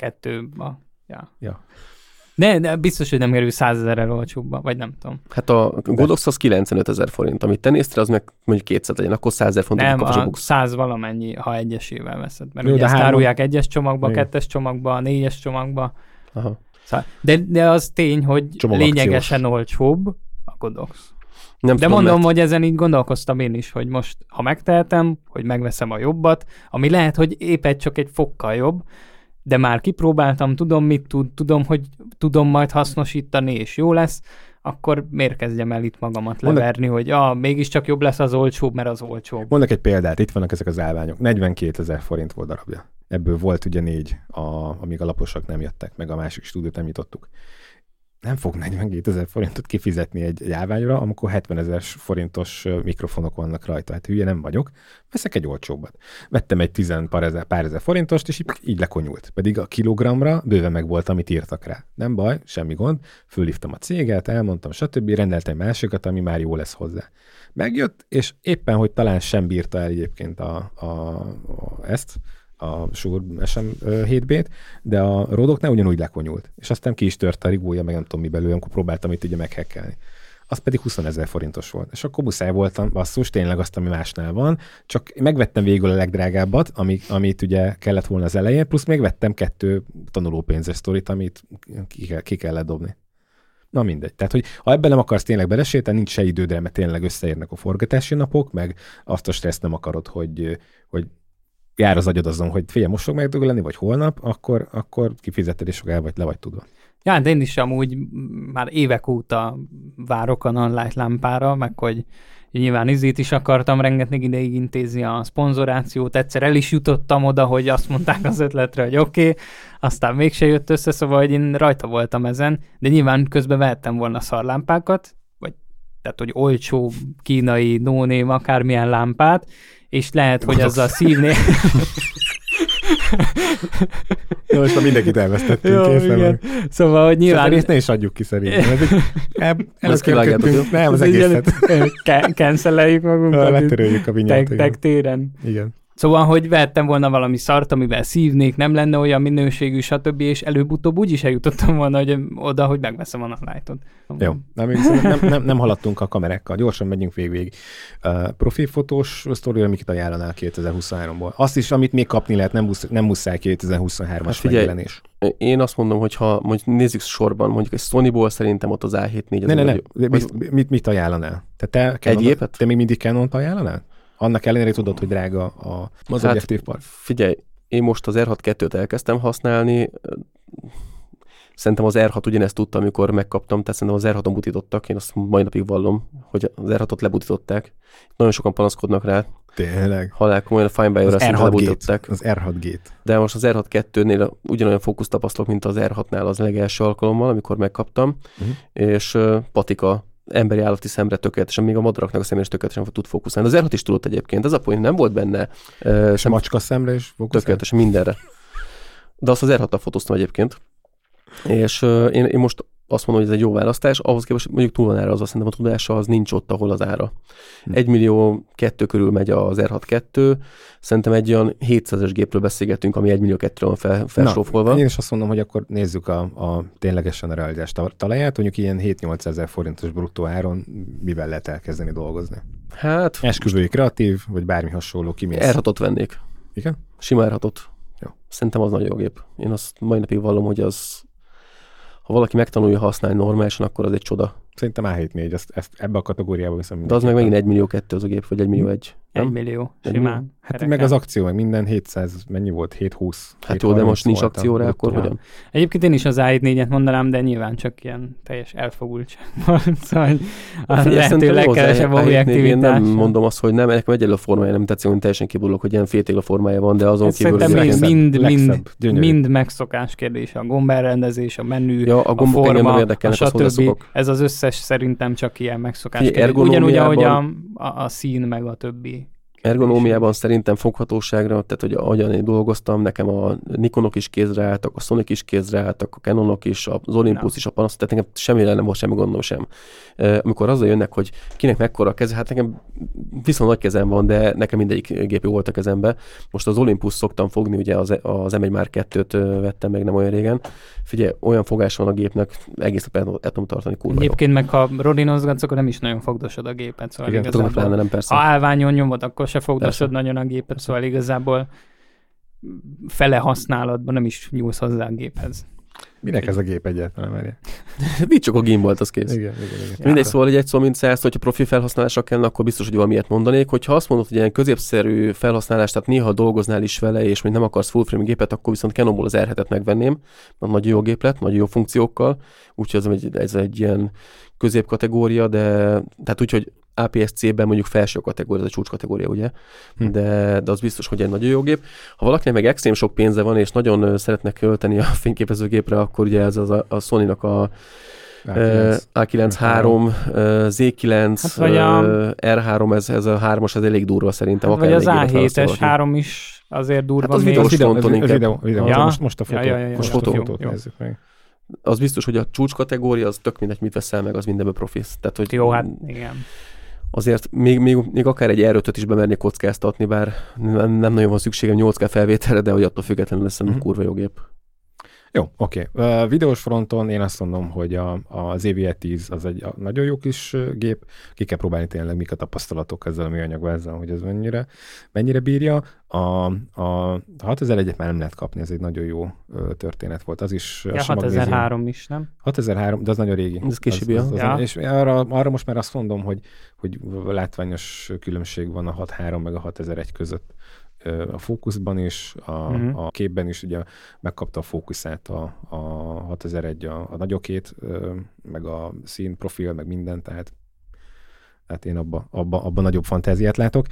Ja. De biztos, hogy nem kerül 100 000-rel olcsóbba, vagy nem tudom. Hát a Godox az 95 000 forint, amit te néztél, az meg mondjuk 200 legyen, akkor 100 000 forintot kapsz a Bux. 100 valamennyi, ha egyesével veszed. Mert ugye ezt árulják egyes csomagba, kettes csomagba, négyes csomagba. Aha. De az tény, hogy lényegesen olcsóbb a Godox. De mondom, hogy ezen így gondolkoztam én is, hogy most, ha megtehetem, hogy megveszem a jobbat, ami lehet, hogy épp csak egy fokkal jobb, de már kipróbáltam, tudom, mit tudom, hogy tudom majd hasznosítani, és jó lesz, akkor miért kezdjem el itt magamat leverni, hogy mégiscsak jobb lesz az olcsóbb, mert az olcsóbb. Mondok egy példát, itt vannak ezek az állványok. 42 000 forint volt darabja. Ebből volt ugye 4, amíg a laposak nem jöttek, meg a másik stúdiót nem nyitottuk. Nem fog 42 000 forintot kifizetni egy állványra, amikor 70 000 forintos mikrofonok vannak rajta. Hát hülye nem vagyok, veszek egy olcsóbbat. Vettem egy pár ezer forintost, és így lekonyult. Pedig a kilogramra bőven meg volt, amit írtak rá. Nem baj, semmi gond. Fölhívtam a céget, elmondtam, stb. Rendeltem másikat, ami már jó lesz hozzá. Megjött, és éppen, hogy talán sem bírta el egyébként ezt, a Shure SM7B-t, de a Rodoknál ugyanúgy lekonyult. És aztán ki is tört a rigója, meg nem tudom mi belőle, amikor próbáltam itt ugye meghekkelni. Az pedig 20 000 forintos volt. És akkor muszáj voltam, basszus, tényleg azt, ami másnál van, csak megvettem végül a legdrágábbat, amit ugye kellett volna az elején, plusz még vettem 2 tanulópénzes sztorit, amit ki kellett dobni. Na mindegy. Tehát, hogy ha ebben nem akarsz tényleg belesétálni, nincs se idődre, mert tényleg összeérnek a forgatási napok, meg azt a stresszt nem akarod, hogy jár az agyad azon, hogy figyelj, most fog megdögleni, vagy holnap, akkor kifizeted, és el vagy le vagy tudva. Ja, de én is amúgy már évek óta várok a non-light lámpára, meg hogy nyilván is akartam rengeteg ideig intézni a szponzorációt, egyszer el is jutottam oda, hogy azt mondták az ötletre, hogy oké, aztán mégse jött össze, szóval, hogy én rajta voltam ezen, de nyilván közben vehettem volna szarlámpákat, tehát, hogy olcsó kínai no-name akármilyen lámpát, és lehet, hogy azzal szívni... Jó, most már mindenkit elvesztettünk. Jó, igen. Szóval, hogy nyilván... Ezt ne is adjuk ki szerintem. Ezt kivágjátok. Nem, az egészet. Canceleljük magunkat. Letöröljük a vinyát. Tech téren. Igen. Szóval, hogy vettem volna valami szart, amivel szívnék, nem lenne olyan minőségű, stb. És előbb-utóbb úgyis eljutottam volna oda, hogy megveszem a non-lightot. Jó, nem haladtunk a kamerákkal, gyorsan megyünk végig. Profi fotós sztorira mikit ajánlanál 2023-ból? Azt is, amit még kapni lehet, nem muszáj 2023-as megjelenés. Én azt mondom, hogy ha mondjuk nézzük sorban, mondjuk egy Sonyból szerintem ott az A7 IV. Mit ajánlanál? Egy gépet? Te még mindig Canont ajánlanál? Annak ellenére tudod, hogy drága az objektív park. Figyelj, én most az R6 2-t elkezdtem használni, Szerintem az R6 ugyanezt tudta, amikor megkaptam, tehát szerintem az R6-on butítottak, én azt mai napig vallom, hogy az R6-ot lebutították. Nagyon sokan panaszkodnak rá. Tényleg. Halál komolyan a Fine-Bio-ra szerintem lebutították. Az R6 Gate. De most az R6-2-nél ugyanolyan fókusz tapasztalok, mint az R6-nál az legelső alkalommal, amikor megkaptam, és patika emberi-állati szemre tökéletesen, még a madaraknak a szemére is tökéletesen tud fókuszálni. Az R6 is tudott egyébként, ez a point nem volt benne. És macska szemre is fókuszál? Tökéletesen mindenre. De azt az R6-tal fotóztam egyébként. És én most azt mondom, hogy ez egy jó választás, ahhoz képest mondjuk túl van ára, az szerintem a tudása az nincs ott, ahol az ára. 1,2 millió körül megy az R6-2, szerintem egy olyan 700-es gépről beszélgetünk, ami 1,2 millió van felsófolva. Én is azt mondom, hogy akkor nézzük a ténylegesen a realitás talaját, mondjuk ilyen 7-8 ezer forintos bruttó áron mivel lehet elkezdeni dolgozni. Hát... Esküvői kreatív, vagy bármi hasonló kimész. R6-ot vennék. Igen? Sima R6-ot. Jó. Szerintem az nagyon jó gép. Én azt mai napig vallom, hogy az, ha valaki megtanulja használni normálisan, akkor az egy csoda. Szerintem A7-4, ezt ebbe a kategóriába viszem. De az meg megint 1,2 millió az a gép, vagy 1,1 millió. 1 millió, simán. Hát meg az akció, meg minden 700, mennyi volt? 720. Hát jó, de most nincs akcióra, akkor hogyan? Egyébként én is az A7-4-et mondanám, de nyilván csak ilyen teljes elfogultság van. Szóval a lehető legkevesebb objektivitás. Én nem mondom azt, hogy nem, nekem egyelő formája nem tetszik, hogy teljesen kibulok, hogy ilyen féltégla formája van, de azon kívül... mind megszokás kérdés. A gomberrendezés, a menü, ja, a forma, stb. Ez az összes szerintem csak ilyen megszokás kérdés. Ugyanúgy, ahogy a szín meg a többi. Ergonómiában szerintem foghatóságra, tehát hogy ahogyan én dolgoztam, nekem a Nikonok is kézre álltak, a Sonic is kézre álltak, a Canonok is, az Olympus is, a Panasonic, tehát nekem semmire nem volt semmi gondom sem. Amikor azzal jönnek, hogy kinek mekkora a keze, hát nekem viszont nagy kezem van, de nekem mindegyik gép jó volt a kezembe. Most az Olympus szoktam fogni, ugye az M1 Mark 2-t vettem meg nem olyan régen. Figyelj, olyan fogás van a gépnek, egész nap el tudom tartani, kurva egyébként meg ha rodinozgatsz, akkor nem is nagyon fogdosod a gépet. Szóval igen, tudom, pláne nem persze. Ha állványon nyomod, akkor se fogdosod nagyon a gépet, szóval igazából fele használatban nem is nyúlsz hozzá a géphez. Minek ez a gép egyáltalán, Mária? Nincs csak a gimbalt, az kész. Igen. Mindegy, szóval egy szó, mint 100, hogyha profi felhasználásra kellene, akkor biztos, hogy valamiért mondanék. Hogyha azt mondod, hogy ilyen középszerű felhasználás, tehát néha dolgoznál is vele, és még nem akarsz full frame gépet, akkor viszont Canonból az R7-et megvenném. Nagyon jó gép lett, nagyon jó funkciókkal, úgyhogy ez egy ilyen középkategória, de tehát úgyhogy APS-C-ben mondjuk felső kategória, ez a csúcs kategória, ugye? De az biztos, hogy egy nagyon jó gép. Ha valakinek meg extrém sok pénze van, és nagyon szeretne költeni a fényképezőgépre, akkor ugye ez a Sony-nak a A9-3, Z9, hát R3, ez a 3-as, ez elég durva szerintem. Hát vagy az A7-es 3 is azért durva. Hát az videós fronton inkább. Ja. Most a fotót nézzük meg. Az biztos, hogy a csúcs kategória, az tök mindegy, mit veszel meg, az mindenből profisz. Tehát, hogy jó, hát igen. Azért még akár egy R5-öt is bemernék kockáztatni, bár nem nagyon van szükségem 8K felvételre, de hogy attól függetlenül lesz egy kurva jó gép. Jó, oké. Videós fronton én azt mondom, hogy az EVE10 az egy nagyon jó kis gép. Ki kell próbálni tényleg, mik a tapasztalatok ezzel a műanyagvázzal, hogy ez mennyire bírja. A 6001-et már nem lehet kapni, ez egy nagyon jó történet volt. Az is... Ja, 6003 is, nem? 6003, de az nagyon régi. Ez későbbi. Ja. És arra most már azt mondom, hogy látványos különbség van a 6.3 meg a 6001 között. A fókuszban is, a képben is ugye megkapta a fókuszát a 6001, a nagyokét, meg a színprofil, meg minden, tehát én abban nagyobb fantáziát látok.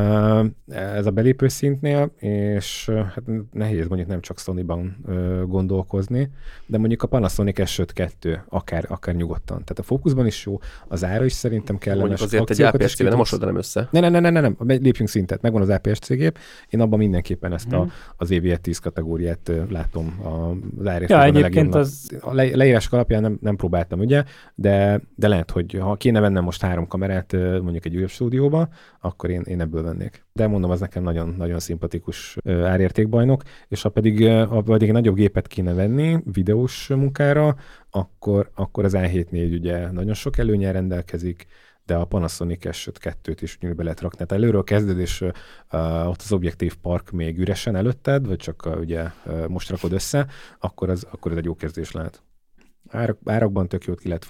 Ez a belépő szintnél, és hát nehéz mondjuk nem csak Sony-ban gondolkozni, de mondjuk a Panasonic S5-2 akár nyugodtan. Tehát a fókuszban is jó, az ára is szerintem kellemes. Mondjuk azért egy APS-C-vel nem mosodanám össze. Nem, lépjünk szintet, megvan az APS-C gép, én abban mindenképpen ezt az EVE10 kategóriát látom az árértékben a legjobbnak. A leírások alapján nem próbáltam, ugye, de lehet, hogy ha kéne vennem most 3 kamerát, mondjuk egy újabb stúdióba, akkor én ebből vennék. De mondom, az nekem nagyon, nagyon szimpatikus árértékbajnok, és ha pedig egy nagyobb gépet kéne venni videós munkára, akkor az A7-4 ugye nagyon sok előnnyel rendelkezik, de a Panasonic S5-2-t is be lehet rakni. Tehát előről kezded, és ott az objektív park még üresen előtted, vagy csak ugye most rakod össze, akkor ez egy jó kezdés lehet. Árakban tök jót ki lehet fogni.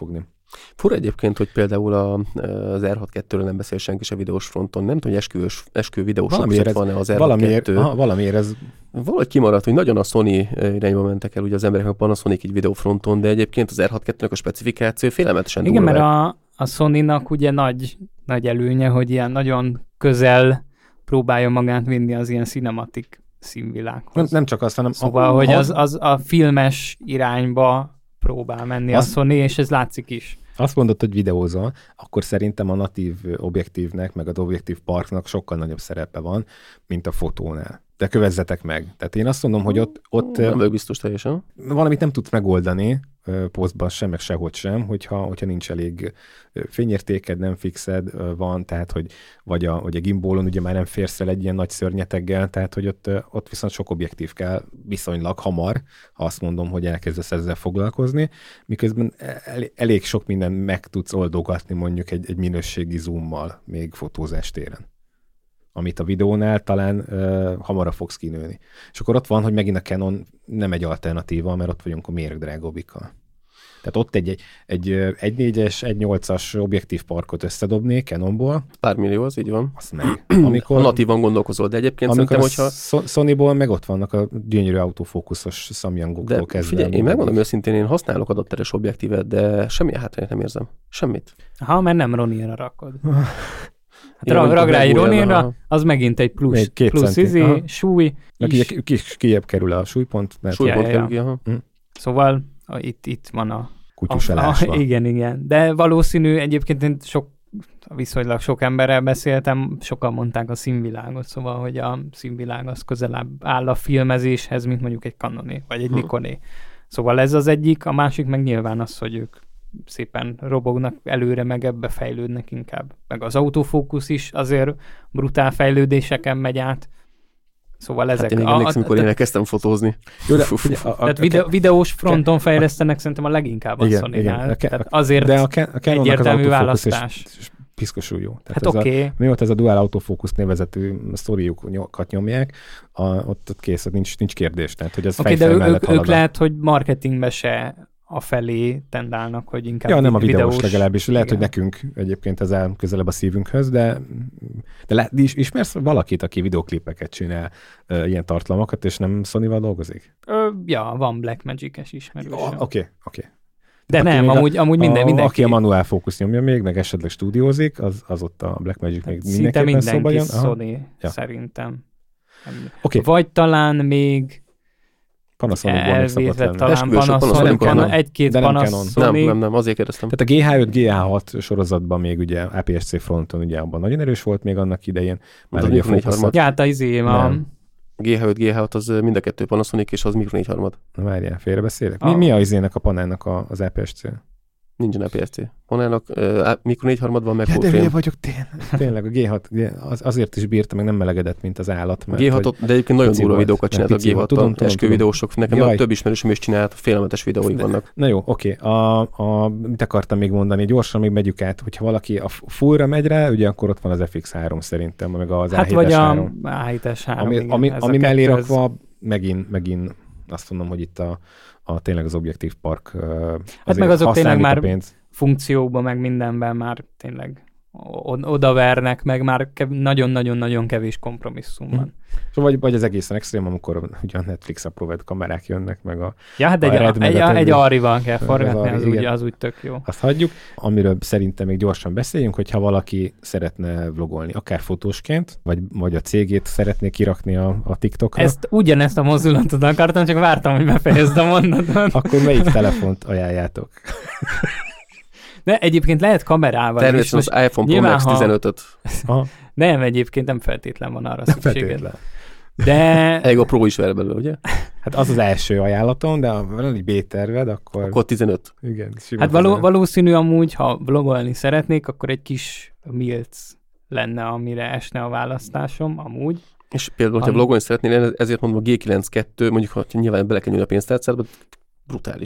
Fura egyébként, hogy például az R6-2-ről nem beszél senki se videós fronton. Nem tudom, hogy eskü videósok között van-e az R6-2. Valamiért ez... Valahogy kimaradt, hogy nagyon a Sony irányba mentek el ugye az emberek, a Panasonic így videófronton, de egyébként az R6-2-nek a specifikáció félelmetesen durva. Igen, mert a Sony-nak ugye nagy előnye, hogy ilyen nagyon közel próbálja magát vinni az ilyen cinematik színvilághoz. Nem csak azt, hanem... Szóval, hogy az a filmes irányba próbál menni a Sony, és ez látszik is. Azt mondod, hogy videózol, akkor szerintem a natív objektívnek, meg az objektív parknak sokkal nagyobb szerepe van, mint a fotónál. De kövezzetek meg. Tehát én azt mondom, hogy ott nem vagyok biztos teljesen. Valamit nem tudsz megoldani posztban sem, meg sehogy sem, hogyha nincs elég fényértéked, nem fixed van, tehát hogy vagy a gimbalon ugye már nem férsz el egy ilyen nagy szörnyeteggel, tehát hogy ott viszont sok objektív kell viszonylag hamar, ha azt mondom, hogy elkezdesz ezzel foglalkozni, miközben elég sok minden meg tudsz oldogatni mondjuk egy minőségi zoommal még fotózás téren, amit a videónál talán hamarabb fogsz kinőni. És akkor ott van, hogy megint a Canon nem egy alternatíva, mert ott vagyunk a méregdrágobbikkal. Tehát ott egy 1.4-es, 1.8-as objektív parkot összedobni Canonból. Pár millió, az így van. Azt meg. Amikor natívan gondolkozol, de egyébként szerintem, hogyha... Sonyból meg ott vannak a gyönyörű autofókuszos Samyangoktól kezdve. Figyelj, én megmondom őszintén, én használok adapteres objektívet, de semmi hátrányt nem érzem. Semmit. Ha, mert nem Roninra rakod. Rag rá egy Roninra, az megint egy plusz súly. Kijebb kerül a súlypont. Súlypont kerül ki, aha. Szóval itt van a... Kutyus elásva. Igen. De valószínű, egyébként én viszonylag sok emberrel beszéltem, sokan mondták a színvilágot, szóval, hogy a színvilág az közelebb áll a filmezéshez, mint mondjuk egy Canoné, vagy egy Nikoné. Szóval ez az egyik, a másik meg nyilván az, hogy ők szépen robognak előre, meg ebbe fejlődnek inkább. Meg az autofókusz is azért brutál fejlődéseken megy át. Szóval ezek... Hát én emlékszem, mikor én elkezdtem fotózni. Jó, tehát videós fronton fejlesztenek szerintem a leginkább a Sony-nál. Tehát azért de a egyértelmű választás. Piszkosul jó. Tehát hát oké. Mióta ez a Dual Autofocus nevezetű sztoriukat nyomják, ott kész, nincs kérdés. Tehát, hogy ez fejfel mellett halad. Ők lehet, hogy marketingbe se a felé tendálnak, hogy inkább nem a videós legalábbis. Lehet, hogy nekünk egyébként ez áll közelebb a szívünkhöz, de ismersz valakit, aki videoklipeket csinál, ilyen tartalmakat, és nem Sony-val dolgozik? Van Blackmagic-es ismerősöm. Oké. De nem, amúgy mindenki. Aki a manuál fókusz nyomja még, meg esetleg stúdiózik, az ott a Blackmagic még mindenképpen szóba jön. Sony, szerintem. Okay. Vagy talán még Panasonicból még szokott lenni. Talán Panasonic, egy-két Panasonic. Nem, azért kérdeztem. Tehát a G5, G6 sorozatban még ugye APS-C fronton ugye abban nagyon erős volt még annak idején. Már ugye a fókuszat. Ja, a G7, G6 az mind a kettő Panasonic, és az Micro 4/3. Na várjál, félrebeszélek? Mi a izének a panának az APS-C? Nincsen APS-C. Panának Micro 4/3 van, meg ja, de hülye vagyok, tényleg a G6 azért is bírta, meg nem melegedett, mint az állat. Mert G6-ot, de egyébként nagyon durva videókat csinált a G6-tal. Eskü videósok, nekem több ismerősöm is csinált, félelmetes videóik vannak. Na jó, oké. Mit akartam még mondani? Gyorsan még megyük át, hogyha valaki a fullra megy rá, ugye akkor ott van az FX3 szerintem, meg az A7S3. Vagy a A7S3. Ami mellé rakva megint azt mondom, hogy itt tényleg az objektív park hát meg azok tényleg már funkciókban, meg mindenben már tényleg odavernek, meg már nagyon-nagyon-nagyon kevés kompromisszum van. Vagy az egészen extrém, amikor ugye a Netflix apróvett kamerák jönnek, meg hát egy Arrival kell forgatni, az úgy tök jó. Azt hagyjuk. Amiről szerintem még gyorsan beszéljünk, hogyha valaki szeretne vlogolni, akár fotósként, vagy a cégét szeretné kirakni a TikTokra. Ugyanezt a mozdulatot akartam, csak vártam, hogy befejezd a mondatot. Akkor melyik telefont ajánljátok? De egyébként lehet kamerával. Természetesen az iPhone Pro Max 15-öt. Nem, egyébként nem feltétlen van arra szükséged. De... Elég a Pro is ver belőle, ugye? Hát az első ajánlatom, de ha van egy B-terved, akkor 15. Igen. Hát valószínű amúgy, ha vlogolni szeretnék, akkor egy kis Milc lenne, amire esne a választásom, amúgy. És például, ha vlogolni szeretnél, ezért mondom a G9-2, mondjuk, ha nyilván bele kell nyúlni a pénztárcádba, brutális.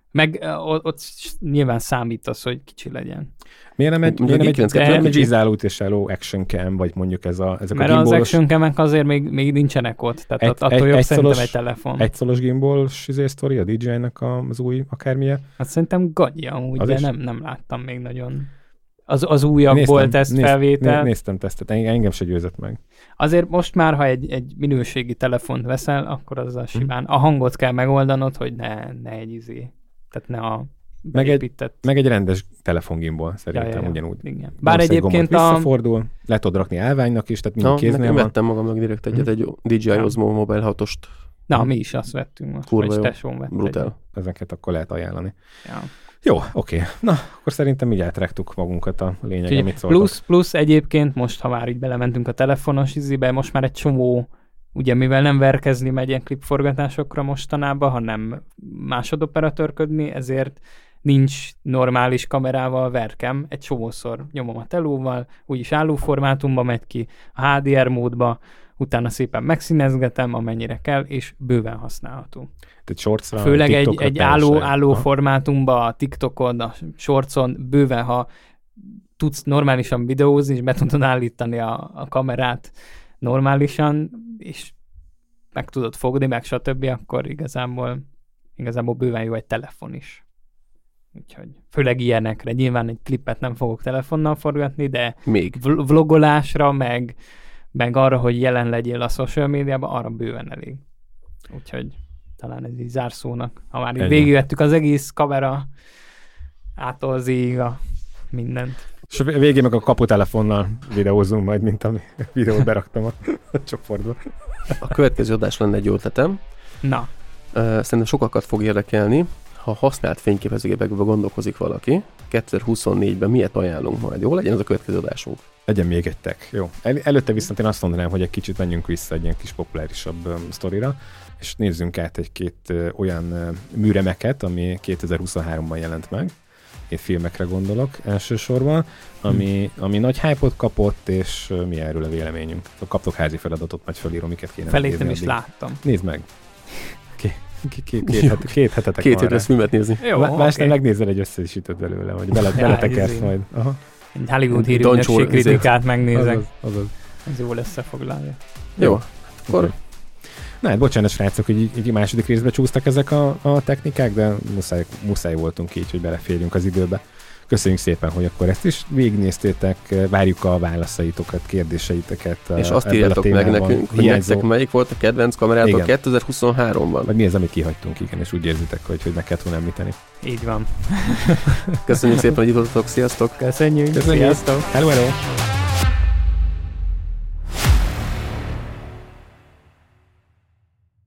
Meg ott nyilván számít az, hogy kicsi legyen. Miért nem egy vizsgálót és álló action cam, vagy mondjuk ezek mert a gimbalos... az action camek azért még nincsenek ott, tehát attól jobb szerintem egy telefon. Egy szolos gimbalos sztori, a DJI-nek az új akármilyen? Hát szerintem gagyi amúgy, de nem láttam még nagyon. Az újakból tesztfelvétel. Néztem tesztet, engem se győzött meg. Azért most már, ha egy minőségi telefont veszel, akkor azzal simán. A hangot kell megoldanod, hogy ne egy tehát ne a beépített... Meg egy rendes telefongimbal szerintem ugyanúgy. Igen. Bár egyébként visszafordul, le tudod rakni állványnak is, tehát mindig kéznél van. Én vettem magamnak direkt egy DJI Osmo Mobile 6-ost. Na, mi is azt vettünk most. Kurva jó, brutál. Ezeket akkor lehet ajánlani. Ja. Jó, oké. Na, akkor szerintem így átraktuk magunkat a lényeg, amit szóltok. Plusz egyébként most, ha már így belementünk a telefonos izibe, most már egy csomó, ugye mivel nem verkezni megy ilyen klipforgatásokra mostanában, hanem másodoperatőrködni, ezért nincs normális kamerával verkem, egy csomószor nyomom a telóval, úgyis állóformátumba megy ki, a HDR módba, utána szépen megszínezgetem, amennyire kell, és bőven használható. Főleg egy álló formátumban, a TikTokon, a Shortson bőven, ha tudsz normálisan videózni, és be tudod állítani a kamerát normálisan, és meg tudod fogni, meg stb., akkor igazából bőven jó egy telefon is. Úgyhogy főleg ilyenekre. Nyilván egy klipet nem fogok telefonnal forgatni, de még vlogolásra, meg arra, hogy jelen legyél a social médiában, arra bőven elég. Úgyhogy talán ez így zárszónak. Ha már így végigvettük az egész kamera ától Z-ig mindent. És végén meg a kaputelefonnal videózunk majd, mint ami videót beraktam a csoportba. A következő adás lenne egy jó ötletem. Na. Szerintem sokakat fog érdekelni, ha használt fényképezőgépekből gondolkozik valaki, 2024-ben miért ajánlunk majd? Jó, legyen ez a következő adásunk. Legyen még egy tech. Jó. Előtte viszont én azt mondanám, hogy egy kicsit menjünk vissza egy ilyen kis populárisabb sztorira, és nézzünk át egy-két olyan műremeket, ami 2023-ban jelent meg. Én filmekre gondolok elsősorban, ami nagy hype-ot kapott, és mi erről a véleményünk. Kaptok házi feladatot, majd fölírom, miket kéne felét nézni. Nem is láttam. Nézd meg. Két hetetek van. 2 hétre filmet nézni. Másnál megnézel egy összesítőt belőle, hogy beletekersz majd. Aha. Egy Hollywood hírűnösség kritikát megnézek. Azaz. Ez jól összefoglalja. Jó. Akkor... Na hát bocsánat, srácok, hogy így második részbe csúsztak ezek a technikák, de muszáj voltunk így, hogy beleférjünk az időbe. Köszönjük szépen, hogy akkor ezt is végignéztétek, várjuk a válaszaitokat, kérdéseiteket. És azt írjátok meg nekünk, hogy nektek melyik volt a kedvenc kamerátok 2023-ban. Vagy mi az, amit kihagytunk, igen, és úgy érzitek, hogy meg kellett volna említeni. Így van. Köszönjük szépen, hogy itt voltatok, sziasztok! Köszönjük. Sziasztok! Hello!